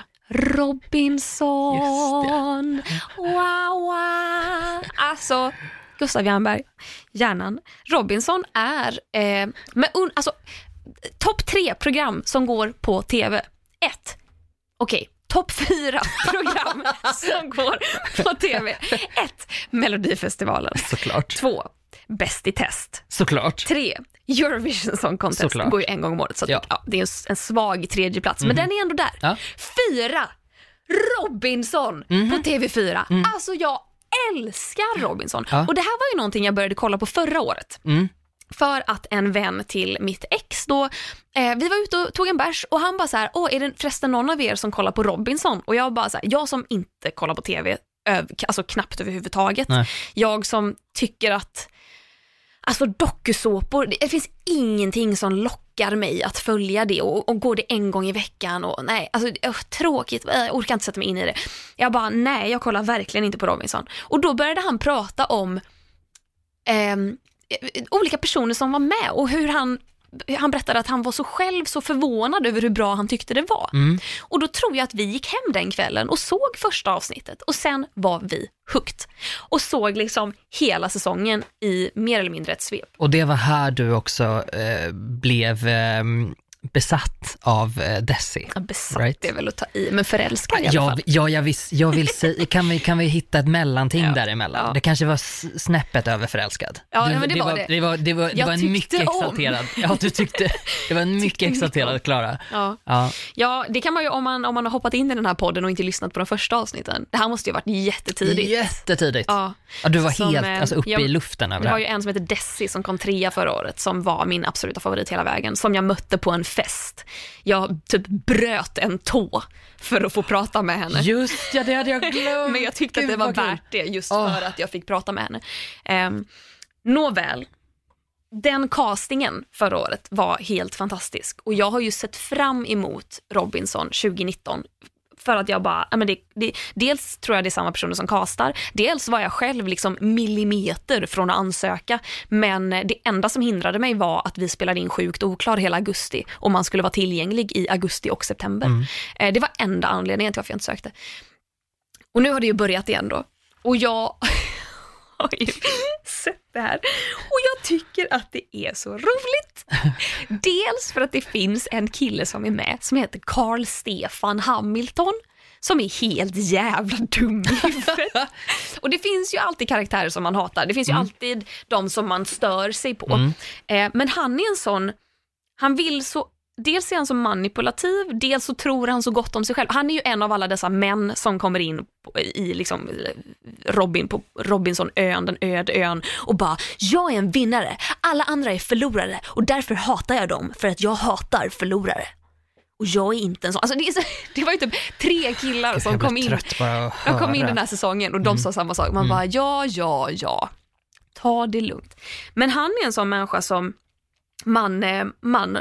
Robinson. Wow, wow. Alltså, Gustav Jernberg, hjärnan. Robinson är eh, med un- alltså topp tre program som går på tv. Ett. Okej, okay. topp fyra program som går på tv. Ett. Melodifestivalen. Såklart. Två. Bäst i test. Såklart. Tre. Eurovision Song Contest. Såklart. Går ju en gång om året. Så att, ja. Ja, det är en svag tredje plats. Mm. Men den är ändå där. Ja. Fyra. Robinson mm. på T V fyra. Mm. Alltså jag älskar Robinson. Ja. Och det här var ju någonting jag började kolla på förra året. Mm. För att en vän till mitt ex då, eh, vi var ute och tog en bärs och han bara så här, åh, är det förresten någon av er som kollar på Robinson? Och jag bara så här, jag som inte kollar på tv, öv, alltså knappt överhuvudtaget. Nej. Jag som tycker att, alltså dokusåpor, det, det finns ingenting som lockar mig att följa det och, och går det en gång i veckan och nej, alltså öh, tråkigt, jag orkar inte sätta mig in i det. Jag bara, nej, jag kollar verkligen inte på Robinson. Och då började han prata om ehm, olika personer som var med och hur han han berättade att han var så själv så förvånad över hur bra han tyckte det var. Mm. Och då tror jag att vi gick hem den kvällen och såg första avsnittet och sen var vi hooked. Och såg liksom hela säsongen i mer eller mindre ett svep. Och det var här du också eh, blev eh, besatt av eh, Desi. Ja, besatt right? Det är väl att ta i, men förälskad i alla ja, fall. Ja, jag vill, jag vill se, kan, vi, kan vi hitta ett mellanting ja, däremellan? Ja. Det kanske var snäppet över förälskad. Ja, du, men det, det, var var, det. det var det var, det var en mycket exalterad. Ja, du tyckte det var en mycket exalterad Klara. Ja. Ja. Ja, det kan man ju om man om man har hoppat in i den här podden och inte lyssnat på de första avsnitten. Det här måste ju ha varit jättetidigt. Jättetidigt. Ja. Ja, du var som, helt alltså, uppe jag, i luften över det. Det var ju en som heter Desi som kom trea förra året som var min absoluta favorit hela vägen, som jag mötte på en fest. Jag typ bröt en tå för att få prata med henne. Just ja, det hade jag glömt. Men jag tyckte att det var värt det just oh. för att jag fick prata med henne. Um, nåväl, den castingen förra året var helt fantastisk. Och jag har ju sett fram emot Robinson tjugonitton. För att jag bara, men det, det, dels tror jag det är samma personer som castar. Dels var jag själv liksom millimeter från att ansöka. Men det enda som hindrade mig var att vi spelade in Sjukt oklar hela augusti. Och man skulle vara tillgänglig i augusti och september. Mm. Det var enda anledningen till varför jag inte sökte. Och nu har det ju börjat igen då. Och jag har ju sett det här. Och jag tycker att det är så roligt. Dels för att det finns en kille som är med som heter Carl Stefan Hamilton. Som är helt jävla dum i huvudet. Och det finns ju alltid karaktärer som man hatar. Det finns ju mm. alltid de som man stör sig på. Mm. Eh, men han är en sån... Han vill så... Dels är han så manipulativ, dels så tror han så gott om sig själv. Han är ju en av alla dessa män som kommer in på, i liksom Robin på Robinsonön, den öde ön, och bara, jag är en vinnare, alla andra är förlorare och därför hatar jag dem för att jag hatar förlorare. Och jag är inte en sån. Alltså det, är så, det var ju typ tre killar som kom in, de kom in den här säsongen och de mm. sa samma sak. Man mm. bara, ja, ja, ja, ta det lugnt. Men han är en sån människa som man, man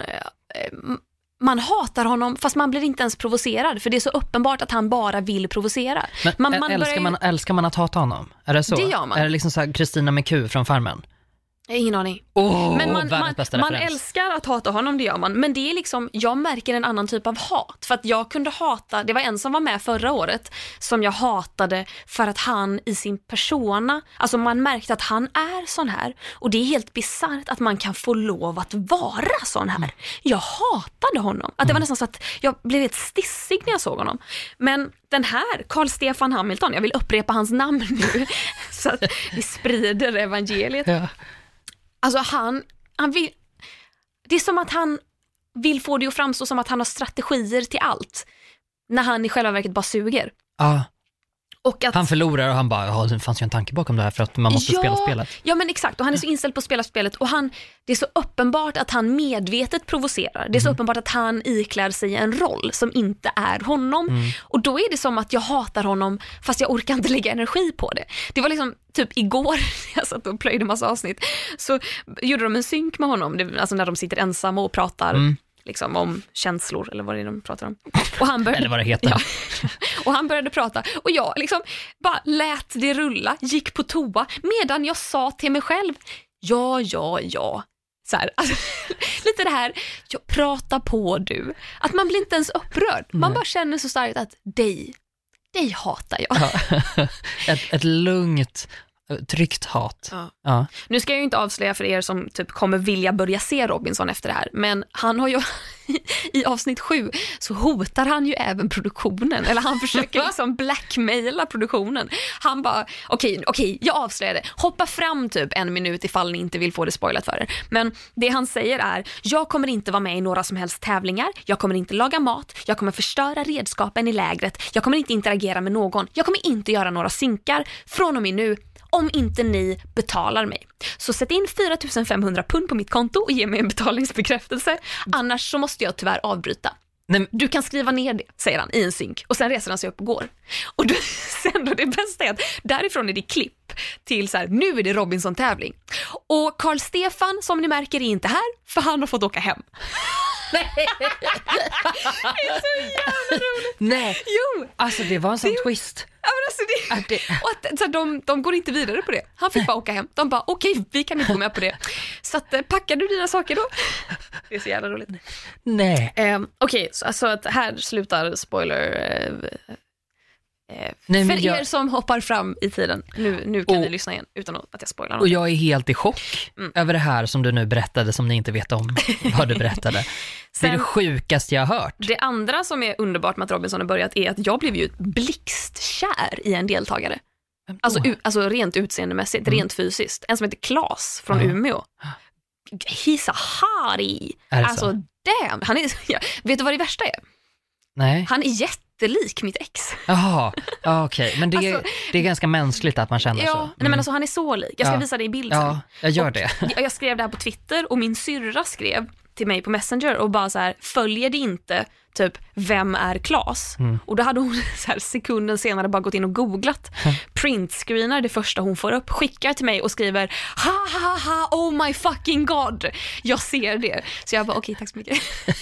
man hatar honom fast man blir inte ens provocerad för det är så uppenbart att han bara vill provocera. Men man, man älskar, börjar... man, älskar man att hata honom? Är det så? Det gör man. Är det liksom så här Kristina McHugh från Farmen? Ingen aning. Oh, men man, man, man älskar att hata honom, det gör man. Men det är liksom, jag märker en annan typ av hat. För att jag kunde hata, det var en som var med förra året som jag hatade för att han i sin persona, alltså man märkte att han är sån här. Och det är helt bisarrt att man kan få lov att vara sån här. Mm. Jag hatade honom. Att det var nästan så att jag blev helt stissig när jag såg honom. Men den här, Carl Stefan Hamilton, jag vill upprepa hans namn nu så att vi sprider evangeliet. Ja. Alltså han, han vill, det är som att han vill få det att framstå som att han har strategier till allt. När han i själva verket bara suger. Ja. Och att, han förlorar och han bara, ja, det fanns ju en tanke bakom det här för att man måste ja, spela spelet. Ja, men exakt. Och han är så inställd på att spela spelet. Och han, det är så uppenbart att han medvetet provocerar. Det är så mm. uppenbart att han iklär sig en roll som inte är honom. Mm. Och då är det som att jag hatar honom fast jag orkar inte lägga energi på det. Det var liksom typ igår när jag satt och plöjde massa avsnitt så gjorde de en synk med honom. Det, alltså när de sitter ensamma och pratar mm. liksom om känslor eller vad det är de pratar om. Och han började, eller vad det heter. Ja. Och han började prata och jag liksom bara lät det rulla, gick på toa medan jag sa till mig själv, ja, ja, ja. Så här, alltså, lite det här, jag pratar på du. Att man blir inte ens upprörd. Man Nej. bara känner så starkt att dig, dig hatar jag. Ja. ett, ett lugnt, tryggt hat. Ja. Ja. Nu ska jag ju inte avslöja för er som typ kommer vilja börja se Robinson efter det här. Men han har ju i avsnitt sju så hotar han ju även produktionen. Eller han försöker liksom blackmaila produktionen. Han bara, okej, okay, okej, okay, jag avslöjar det. Hoppa fram typ en minut ifall ni inte vill få det spoilat för er. Men det han säger är, jag kommer inte vara med i några som helst tävlingar. Jag kommer inte laga mat. Jag kommer förstöra redskapen i lägret. Jag kommer inte interagera med någon. Jag kommer inte göra några synkar från och med nu. Om inte ni betalar mig. Så sätt in fyra tusen femhundra pund på mitt konto och ge mig en betalningsbekräftelse. Annars så måste jag tyvärr avbryta. Nej. Du kan skriva ner det, säger han i en synk. Och sen reser han sig upp och går. Och då, sen då det bästa är att därifrån är det klipp till så här, nu är det Robinson-tävling. Och Carl Stefan, som ni märker, är inte här för han har fått åka hem. Nej. Det är så jävla roligt. Nej. Jo. Alltså det var en sån det... twist. Ja, men alltså det... det... Och att, så de, de går inte vidare på det. Han fick bara åka hem. De bara, okej, okay, vi kan inte gå med på det. Så att, packar du dina saker då? Det är så jävla roligt. Nej. Um, okej, okay, så alltså att här slutar spoiler... Uh, uh, Nej, för jag... er som hoppar fram i tiden. Nu, nu kan och, ni lyssna igen utan att jag spoilar något. Och jag är helt i chock mm. över det här som du nu berättade som ni inte vet om vad du berättade. Sen, det är det sjukaste jag har hört. Det andra som är underbart med att Robinson har börjat är att jag blev ju blixtkär i en deltagare. Alltså, u- alltså rent utseendemässigt, mm. rent fysiskt. En som heter Claes från ja. Umeå. He's a hottie. Alltså damn. Han är, ja, vet du vad det värsta är? Nej. Han är jättelik mitt ex. Jaha, okej. Okay. Men det är, alltså, det är ganska mänskligt att man känner ja, så. Mm. Nej, men alltså han är så lik. Jag ska ja. visa dig i bild sen. Ja, jag gör det. Jag, jag skrev det här på Twitter och min syrra skrev till mig på Messenger och bara så här, följer det inte typ, vem är Klas? Mm. Och då hade hon så här, sekunden senare bara gått in och googlat printscreenar det första hon får upp, skickar till mig och skriver ha ha ha, oh my fucking god, jag ser det. Så jag bara, okej, okay, tack så mycket.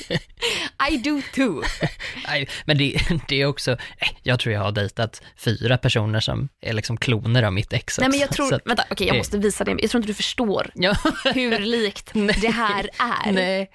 I do too. Nej, men det, det är också, jag tror jag har dejtat fyra personer som är liksom kloner av mitt ex också. Nej, men jag tror, att, vänta, okej, okay, jag måste visa det. Jag tror inte du förstår ja. hur likt det här är. Nej.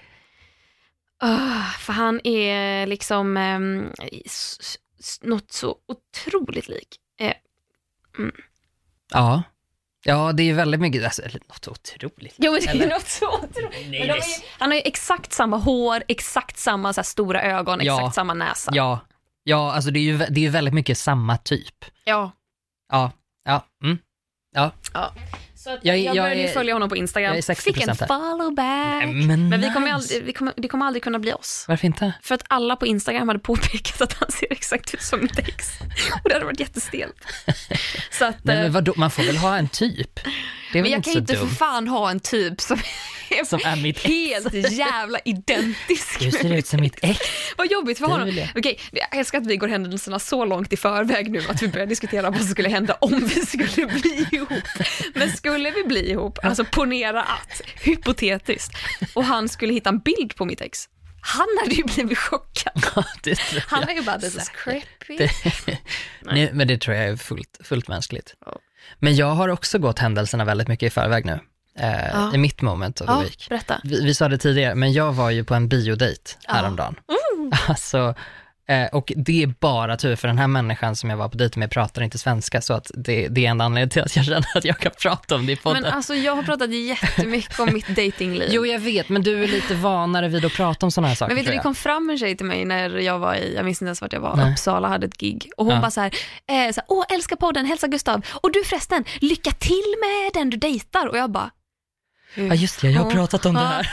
Oh, för han är liksom um, s- s- något så otroligt lik. Eh, mm. Ja. Ja, det är väldigt mycket, alltså, eller något så otroligt. Jo, men det är eller? något så otroligt. Nej, men är, han har ju exakt samma hår, exakt samma så här, stora ögon, ja. exakt samma näsa. Ja, ja, alltså det är ju det är väldigt mycket samma typ. Ja. Ja, ja, mm. Ja. Ja. Så att jag, jag började ju följa honom på Instagram. Fick en follow back. Nej, men men vi kommer aldrig, vi kommer, det kommer aldrig kunna bli oss. Varför inte? För att alla på Instagram hade påpekat att han ser exakt ut som mitt ex. Och det hade varit jättestelt. Så att, nej, men vadå? Man får väl ha en typ. Det är men jag inte kan inte dum. för fan ha en typ som är, som är mitt helt ex. jävla identisk. Du ser ut som mitt ex. Vad jobbigt för honom. Okej, okay, jag älskar att vi går händelserna så långt i förväg nu att vi börjar diskutera vad som skulle hända om vi skulle bli ihop. Men skulle vi bli ihop, alltså ponera att, hypotetiskt, och han skulle hitta en bild på mitt ex. Han hade ju blivit chockad. Ja, det tror han är ju bara, this is creepy. Det, nej, men det tror jag är fullt, fullt mänskligt. Ja. Men jag har också gått händelserna väldigt mycket i förväg nu. Eh, ja. I mitt moment of the ja, week. Berätta. Vi, vi sa det tidigare, men jag var ju på en biodate häromdagen. Ja. Mm. Alltså, eh, och det är bara tur, för den här människan som jag var på dejt med pratar inte svenska, så att det, det är en anledning till att jag känner att jag kan prata om det i podden. Men alltså, jag har pratat jättemycket om mitt datingliv. Jo, jag vet, men du är lite vanare vid att prata om sådana här saker. Men vet du, det kom fram en tjej till mig när jag var i, jag minns inte ens vart jag var, Nej. Uppsala, hade ett gig. Och hon ja. bara så här, eh, så här, åh, älskar podden, hälsa Gustav. Och du förresten, lycka till med den du dejtar. Och jag bara, ja just det, jag har pratat om det här.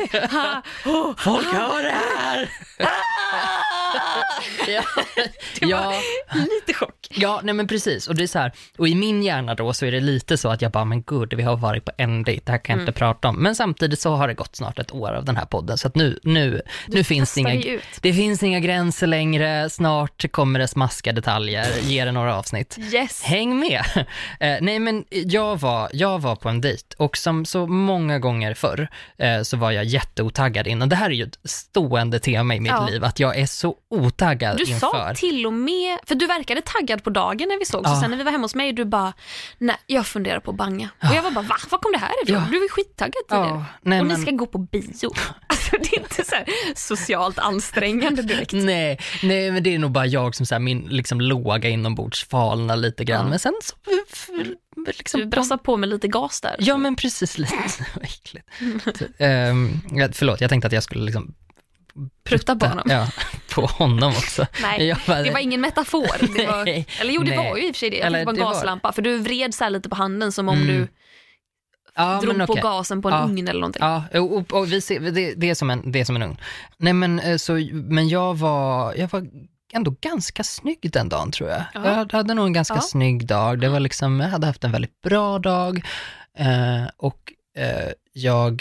Folk hör det här. ja, det var ja. lite chock. Ja, nej men precis. Och det är så här, och i min hjärna då så är det lite så att jag bara, men gud, vi har varit på en dejt, det här kan jag mm. inte prata om. Men samtidigt så har det gått snart ett år av den här podden, så att nu, nu, nu finns det inga, det finns inga gränser längre. Snart kommer det smaska detaljer, ge det några avsnitt. Yes. Häng med. eh, nej men jag var, jag var på en dejt, och som så många gånger förr eh, så var jag jätteotaggad innan. Det här är ju ett stående tema i mitt ja. liv, att jag är så otaggad du inför. Du sa till och med, för du verkade taggad på dagen när vi såg, ja. så sen när vi var hemma hos mig, du bara, nej, jag funderar på att banga. Ja. Och jag var bara, va? Var kom det här ifrån? Ja. Du är skittaggad till ja. det. Nej, och men... ni ska gå på bio. Alltså det är inte så här socialt ansträngande direkt. Nej, nej, men det är nog bara jag som så här, min liksom låga inombordsfalna lite grann. Ja. Men sen så... Liksom, du brassar på med lite gas där. Ja, men precis, lite äckligt. um, förlåt, jag tänkte att jag skulle liksom prutta på honom. Ja, på honom också. Nej, bara, det var ingen metafor. Det var, eller jo, det nej. var ju i och för sig det. Jag eller, tänkte på en gaslampa, var... för du vred så här lite på handen som om mm. du ja, drog men, på okay. gasen på en ja. ugn eller någonting. Ja, och, och, och vi ser, det, det, är som en, det är som en ugn. Nej, men, så, men jag var... Jag var ändå ganska snygg den dagen, tror jag. Ja. Jag hade nog en ganska ja. snygg dag. Det var liksom, jag hade haft en väldigt bra dag. Eh, och eh, jag...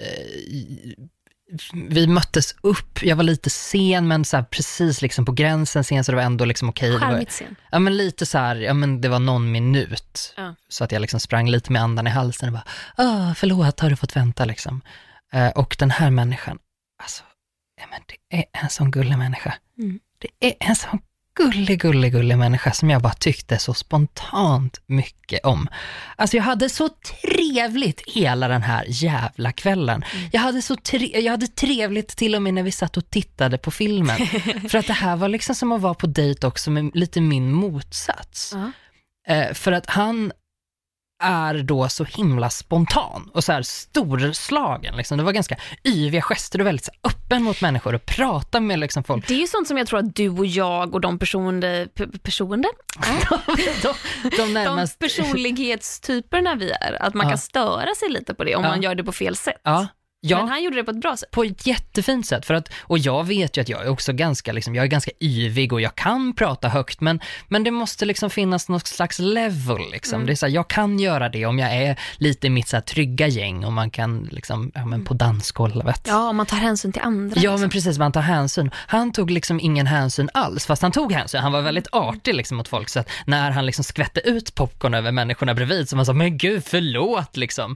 Eh, vi möttes upp. Jag var lite sen, men så här, precis liksom på gränsen sen, så det var ändå liksom okej. Okay. Skärmigt sen. Ja, men lite så här, ja, men det var någon minut. Ja. Så att jag liksom sprang lite med andan i halsen och bara, ah, förlåt, har du fått vänta liksom. Eh, och den här människan, alltså, ja, men det är en sån gullig människa. Mm. Det är en sån gullig, gullig, gullig människa som jag bara tyckte så spontant mycket om. Alltså jag hade så trevligt hela den här jävla kvällen. Mm. Jag hade så tre- jag hade trevligt till och med när vi satt och tittade på filmen. För att det här var liksom som att vara på dejt också med lite min motsats. Uh-huh. Eh, för att han är då så himla spontan och så här storslagen liksom. Det var ganska yviga gester och väldigt så öppen mot människor och prata med liksom folk. Det är ju sånt som jag tror att du och jag och de personer p- personer de, de, de, närmast... de personlighetstyperna vi är, att man ja. kan störa sig lite på det om ja. man gör det på fel sätt. Ja. Ja, men han gjorde det på ett bra sätt. På ett jättefint sätt. För att, och jag vet ju att jag är också ganska, liksom, jag är ganska yvig och jag kan prata högt. Men, men det måste liksom finnas något slags level. Liksom. Mm. Det är så här, jag kan göra det om jag är lite i mitt så här, trygga gäng. Och man kan liksom, ja, men på dansgolvet. Ja, om man tar hänsyn till andra. Ja, liksom. men precis, man tar hänsyn. Han tog liksom ingen hänsyn alls. Fast han tog hänsyn. Han var väldigt artig liksom, mot folk. Så att när han liksom skvätte ut popcorn över människorna bredvid så man sa, men gud, förlåt liksom.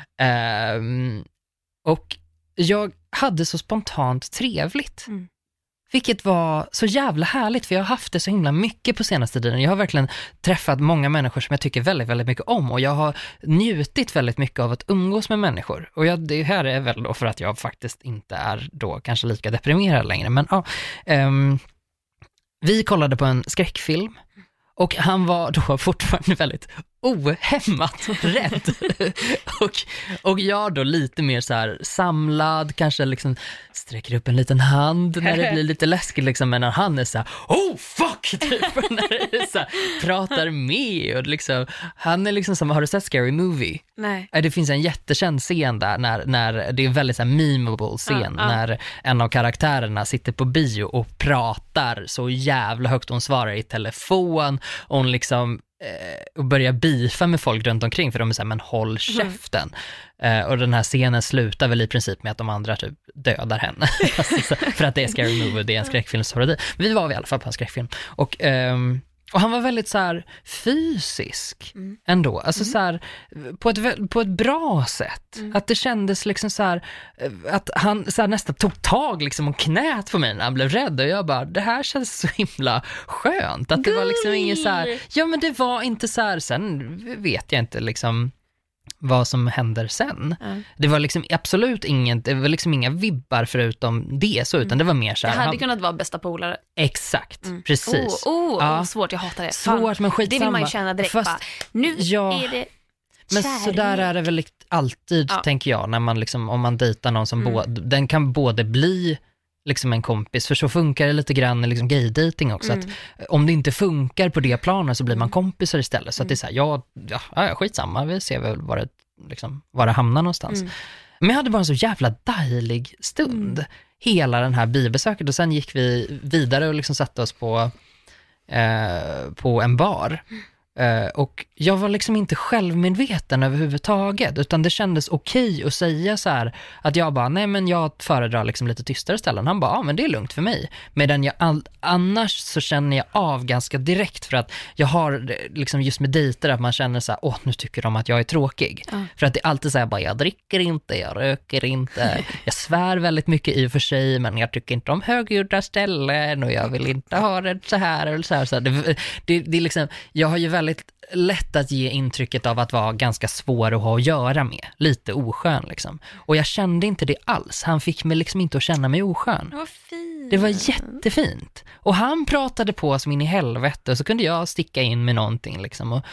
Mm. Um, och jag hade så spontant trevligt. Mm. Vilket var så jävla härligt, för jag har haft det så himla mycket på senaste tiden. Jag har verkligen träffat många människor som jag tycker väldigt, väldigt mycket om. Och jag har njutit väldigt mycket av att umgås med människor. Och jag, det här är väl då för att jag faktiskt inte är då kanske lika deprimerad längre. Men ja, um, vi kollade på en skräckfilm. Och han var då fortfarande väldigt ohämmat rädd. och, och jag då lite mer så här samlad, kanske liksom sträcker upp en liten hand när det blir lite läskigt liksom, men när han är så här, oh fuck, typ, när det är så här, pratar med och liksom, han är liksom som, har du sett Scary Movie? Nej. Det finns en jättekänd scen där när, när det är en väldigt så här memeable scen, uh, uh. när en av karaktärerna sitter på bio och pratar så jävla högt, hon svarar i telefon och hon liksom och börja beefa med folk runt omkring, för de är så här, men håll käften. Mm. Uh, och den här scenen slutar väl i princip med att de andra typ dödar henne. alltså, för att det är Scary Movie, det är en skräckfilmsparodi. Vi var i alla fall på en skräckfilm. Och, um, och han var väldigt så här fysisk mm. ändå. Alltså mm. så här, på ett, på ett bra sätt. Mm. Att det kändes liksom så här, att han så här nästan tog tag liksom om knät på mig när han blev rädd. Och jag bara, det här känns så himla skönt. Att det var liksom ingen så här, ja men det var inte så här, sen vet jag inte liksom vad som händer sen. Mm. Det var liksom absolut ingen, det var liksom inga vibbar förutom det så, utan mm. det var mer så här. Det hade han, kunnat vara bästa polare. Exakt, mm. precis. Åh, oh, oh, ja. svårt, jag hatar det. Svårt, men skitsamma. Det vill man ju känna direkt. Fast, bara, nu ja, är det men kärlek. Så där är det väl alltid, ja. tänker jag, när man liksom, om man dejtar någon som mm. både, den kan både bli liksom en kompis, för så funkar det lite grann i liksom gay-dating också, mm. att om det inte funkar på det planet så blir man kompisar istället, så att det är så här, ja, ja, ja skitsamma, vi ser väl var det, liksom, var det hamnar någonstans. Mm. Men jag hade bara en så jävla dejlig stund mm. hela den här biobesöket, och sen gick vi vidare och liksom satte oss på eh, på en bar. Uh, och jag var liksom inte självmedveten överhuvudtaget, utan det kändes okej att säga så här, att jag bara, nej men jag föredrar liksom lite tystare ställen. Han bara, ja men det är lugnt för mig. Medan jag all, annars så känner jag av ganska direkt, för att jag har liksom just med dejter att man känner så här, åh nu tycker de att jag är tråkig. Uh. För att det är alltid så här, bara jag dricker inte, jag röker inte, jag svär väldigt mycket i och för sig, men jag tycker inte om högljudda ställen och jag vill inte ha det så här eller så här. Så här. Det, det, det är liksom, jag har ju väldigt lätt att ge intrycket av att vara ganska svår att ha att göra med. Lite oskön liksom. Och jag kände inte det alls. Han fick mig liksom inte att känna mig oskön. Vad fint. Det var jättefint. Och han pratade på som in i helvete, och så kunde jag sticka in med någonting liksom. Och,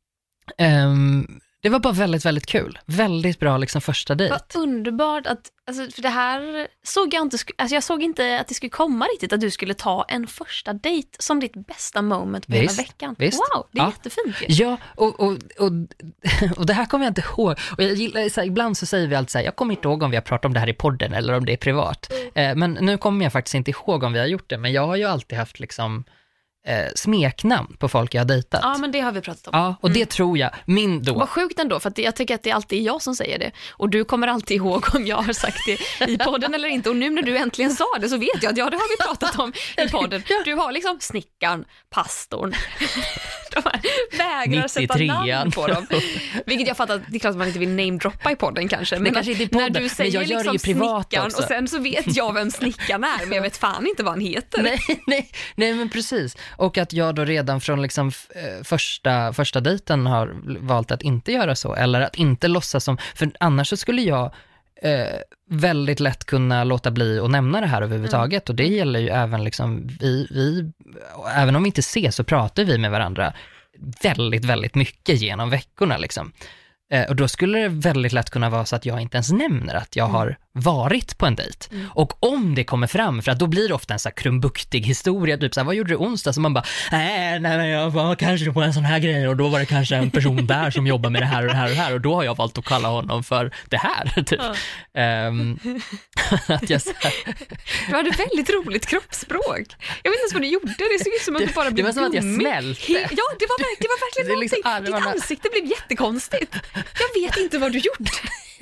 um, det var bara väldigt, väldigt kul. Väldigt bra liksom första dejt. Vad underbart att, alltså, för det här såg jag inte, alltså jag såg inte att det skulle komma riktigt, att du skulle ta en första dejt som ditt bästa moment på visst, hela veckan. Visst. Wow, det är ja. jättefint ju. Ja, och, och, och, och det här kommer jag inte ihåg. Och jag gillar, så här, ibland så säger vi alltid så här, jag kommer inte ihåg om vi har pratat om det här i podden eller om det är privat. Mm. Eh, men nu kommer jag faktiskt inte ihåg om vi har gjort det, men jag har ju alltid haft liksom Eh, smeknamn på folk jag har dejtat. Ja, men det har vi pratat om. Ja, och det mm. tror jag. Min då. Vad sjukt ändå, för att jag tycker att det är alltid jag som säger det. Och du kommer alltid ihåg om jag har sagt det i podden eller inte. Och nu när du äntligen sa det så vet jag att ja, det har vi pratat om i podden. Du har liksom snickaren, pastorn. De här vägrar sätta namn på dem. Vilket jag fattar, det är klart att man inte vill namedroppa i podden kanske. Men, men kanske inte i podden, när du säger men jag gör liksom snickaren också. Och sen så vet jag vem snickaren är, men jag vet fan inte vad han heter. Nej, nej, nej men precis. Och att jag då redan från liksom första, första dejten har valt att inte göra så. Eller att inte låtsas som, för annars så skulle jag eh, väldigt lätt kunna låta bli att nämna det här överhuvudtaget. Mm. Och det gäller ju även liksom, vi, vi, även om vi inte ses så pratar vi med varandra väldigt, väldigt mycket genom veckorna liksom. Och då skulle det väldigt lätt kunna vara så att jag inte ens nämner att jag mm. har varit på en dejt. Mm. Och om det kommer fram, för att då blir det ofta en så här krumbuktig historia, typ så här, vad gjorde du onsdag? Så man bara, nej, nej, jag var kanske på en sån här grej och då var det kanske en person där som jobbar med det här och det här och det här och då har jag valt att kalla honom för det här. Typ. Ja. Um, att jag så här... Du hade väldigt roligt kroppsspråk. Jag vet inte ens vad du gjorde, det såg ut som att det, du bara blev Det var som att jag smälte. Ja, det var, verk- det var verkligen det någonting. Liksom, Ditt armarna... ansikte blev jättekonstigt. Jag vet inte vad du gjorde.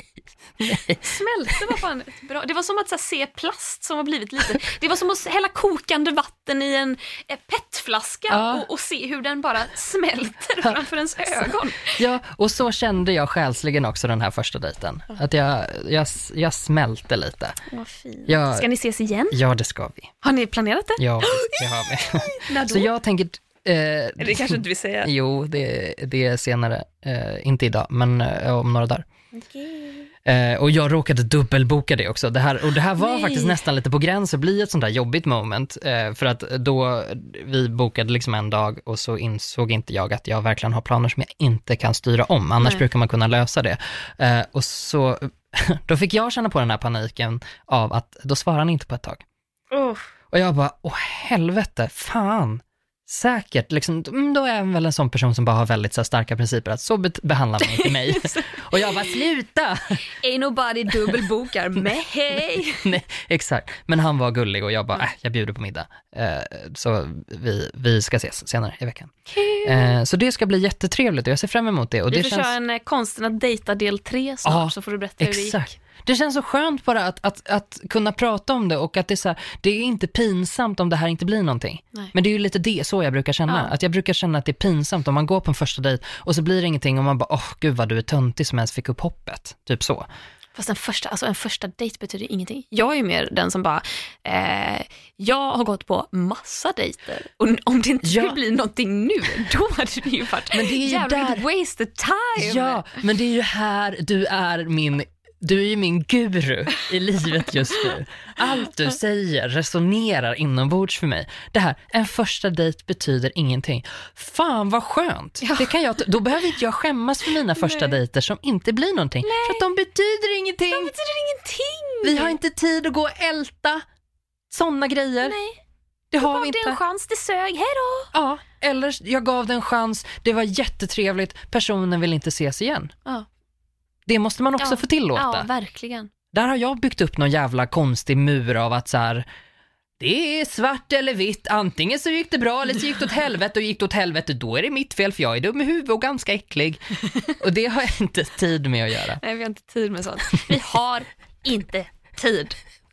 Nej. Smälte var fan bra. Det var som att så här, se plast som har blivit lite. Det var som att hälla kokande vatten i en petflaska ja. och, och se hur den bara smälter framför ens ögon. Ja, och så kände jag själsligen också den här första dejten. Att jag, jag, jag smälte lite. Vad fint. Jag, ska ni ses igen? Ja, det ska vi. Har ni planerat det? Ja, det har vi. När då? Så jag tänker... Eh, det kanske inte vill säga. Jo, det, det är senare. Eh, inte idag, men eh, om några dagar. Okej. Eh, och jag råkade dubbelboka det också. Det här, och det här var Nej. faktiskt nästan lite på gräns att bli ett sånt där jobbigt moment. Eh, för att då vi bokade liksom en dag och så insåg inte jag att jag verkligen har planer som jag inte kan styra om. Annars Nej. brukar man kunna lösa det. Eh, och så då fick jag känna på den här paniken av att då svarade han inte på ett tag. Oh. Och jag bara, åh helvete, fan. Säkert, liksom, då är jag väl en sån person som bara har väldigt så starka principer att så be- behandlar man inte mig. Och jag bara, sluta! Ain't nobody dubbelbokar med hej! Nej, exakt. Men han var gullig och jag bara, äh, jag bjuder på middag. Uh, så vi, vi ska ses senare i veckan. Uh, så det ska bli jättetrevligt och jag ser fram emot det. Och vi det får känns... köra en konsten att dejta del tre snart ja, så får du berätta hur det gick. Exakt. Det känns så skönt bara att, att, att kunna prata om det och att det är, så här, det är inte pinsamt om det här inte blir någonting. Nej. Men det är ju lite det så jag brukar känna. Ja. Att jag brukar känna att det är pinsamt om man går på en första dejt och så blir det ingenting och man bara, åh oh, gud vad du är töntig som ens fick upp hoppet. Typ så. Fast en första, alltså en första dejt betyder ingenting. Jag är ju mer den som bara, eh, jag har gått på massa dejter. Och om det inte ja. skulle bli någonting nu, då hade det ju varit men det är ju jävligt där... wasted time. Ja, men det är ju här du är min... Du är ju min guru i livet just nu. Allt du säger resonerar inombords för mig. Det här, en första dejt betyder ingenting. Fan vad skönt. Ja. Det kan jag, då behöver inte jag skämmas för mina första Nej. dejter som inte blir någonting. Nej. För att de betyder ingenting. De betyder ingenting. Vi har inte tid att gå och älta sådana grejer. Nej. Det har vi vi inte. Det en chans, det sög, hej då. Ja, eller jag gav den en chans. Det var jättetrevligt. Personen vill inte ses igen. Ja. Det måste man också ja, få tillåta. Ja, verkligen. Där har jag byggt upp någon jävla konstig mur av att så här, det är svart eller vitt. Antingen så gick det bra eller så gick det åt helvete och gick det åt helvete. Då är det mitt fel för jag är dum i huvudet och ganska äcklig. Och det har jag inte tid med att göra. Nej, vi har inte tid med sånt. Vi har inte tid.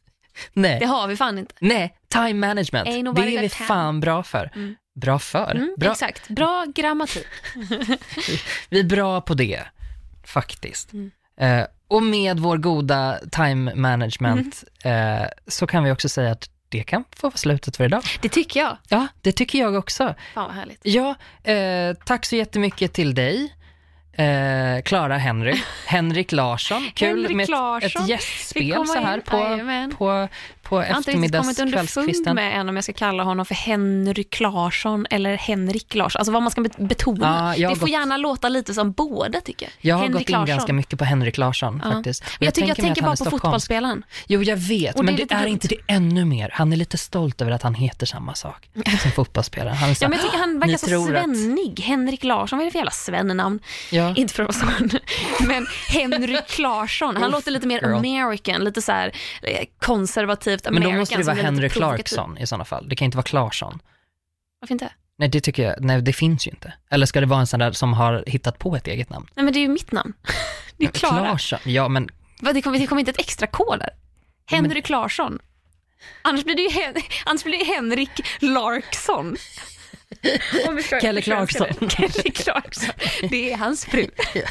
Nej. Det har vi fan inte. Nej, time management. Det är vi fan bra för. Mm. Bra för. Mm, bra. Exakt, bra grammatik. Vi är bra på det. Faktiskt. Mm. Eh, och med vår goda time management mm. eh, så kan vi också säga att det kan få vara slutet för idag. Det tycker jag. Ja, det tycker jag också. Fan vad härligt. Ja, eh, tack så jättemycket till dig. Eh, Clara Henry Henrik Larsson. Kul Henrik med Larsson. ett gästspel så här på, på, på eftermiddags kvällskvisten. Med en om jag ska kalla honom för Henrik Larsson eller Henrik Larsson. Alltså vad man ska betona. Ja, det får gått, gärna låta lite som båda tycker. Jag har Henrik gått in Larsson. ganska mycket på Henrik Larsson ja. faktiskt. Men jag, jag, tycker, jag tänker bara på fotbollsspelaren. Jo, jag vet. Och men det, det är dumt. Inte det ännu mer. Han är lite stolt över att han heter samma sak som fotbollsspelaren. Han är så, ja, men jag tycker han verkar så svennig. Att... Henrik Larsson, vad är det för jävla svennenamn? Ja. Inte för att vara sån. Men Henrik Larsson, han låter lite mer girl. American, lite så här konservativt American. Men då måste det vara Henry Clarkson i sådana fall. Det kan inte vara Klarsson. Varför inte? Nej, det tycker jag. Nej, det finns ju inte. Eller ska det vara en sån där som har hittat på ett eget namn? Nej, men det är ju mitt namn. Det är Klara. Klarsson. Ja, men vad, det kommer det kommer inte ett extra kod där. Henry men... Klarsson. Annars blir det ju Hen... annars blir det Henrik Larksson. Kelly Clarkson. Kelly Clarkson. Det är hans fru.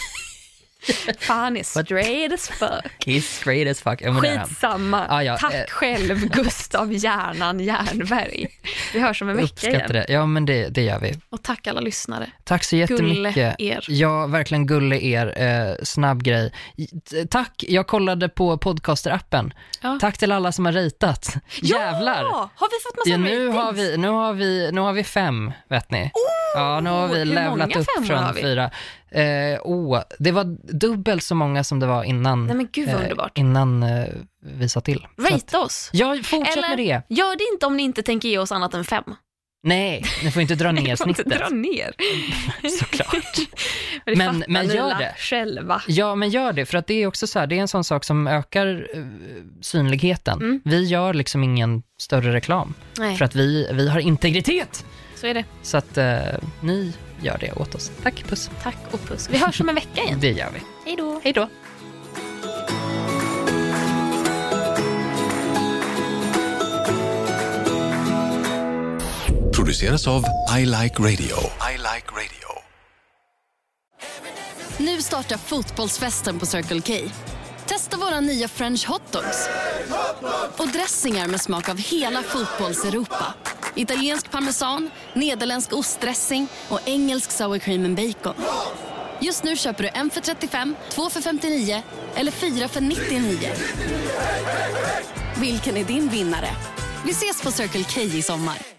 Fan är straight as fuck. He's straight as fuck. Skitsamma. Ah, ja. Tack själv Gustav Hjärnan Järnberg. Vi hörs om en vecka igen. Det. Ja, men det, det gör vi. Och tack alla lyssnare. Tack så jättemycket. Gulle er. Ja, verkligen gulle er. Eh, snabb grej. Tack, jag kollade på podcaster-appen. Ja. Tack till alla som har ratat. Ja! Jävlar. Har vi fått massa ja, nu ratings? har vi nu har vi nu har vi fem, vet ni. Oh, ja, nu har vi levlat upp från fyra. Eh, oh, det var dubbelt så många som det var innan. Nej men gud vad underbart. Eh, innan eh, vi sa till. Rate oss. Ja, fortsätt Eller, med det. Gör det inte om ni inte tänker ge oss annat än fem. Nej, ni får inte dra ner snittet. Inte dra ner. Såklart. men men men gör det. Själva. Ja, men gör det. För att det är också så här, det är en sån sak som ökar uh, synligheten. Mm. Vi gör liksom ingen större reklam. Nej. För att vi, vi har integritet. Så är det. Så att uh, ni gör det åt oss. Tack, puss. Tack och puss. Vi hörs om en vecka igen. Det gör vi. Hej då. Hej då. Produceras av I Like Radio. I Like Radio. Nu startar fotbollsfesten på Circle K. Testa våra nya French hotdogs och dressingar med smak av hela fotbolls-Europa. Italiensk parmesan, nederländsk ostdressing och engelsk sour cream and bacon. Just nu köper du en för trettiofem, två för femtionio eller fyra för nittionio. Vilken är din vinnare? Vi ses på Circle K i sommar.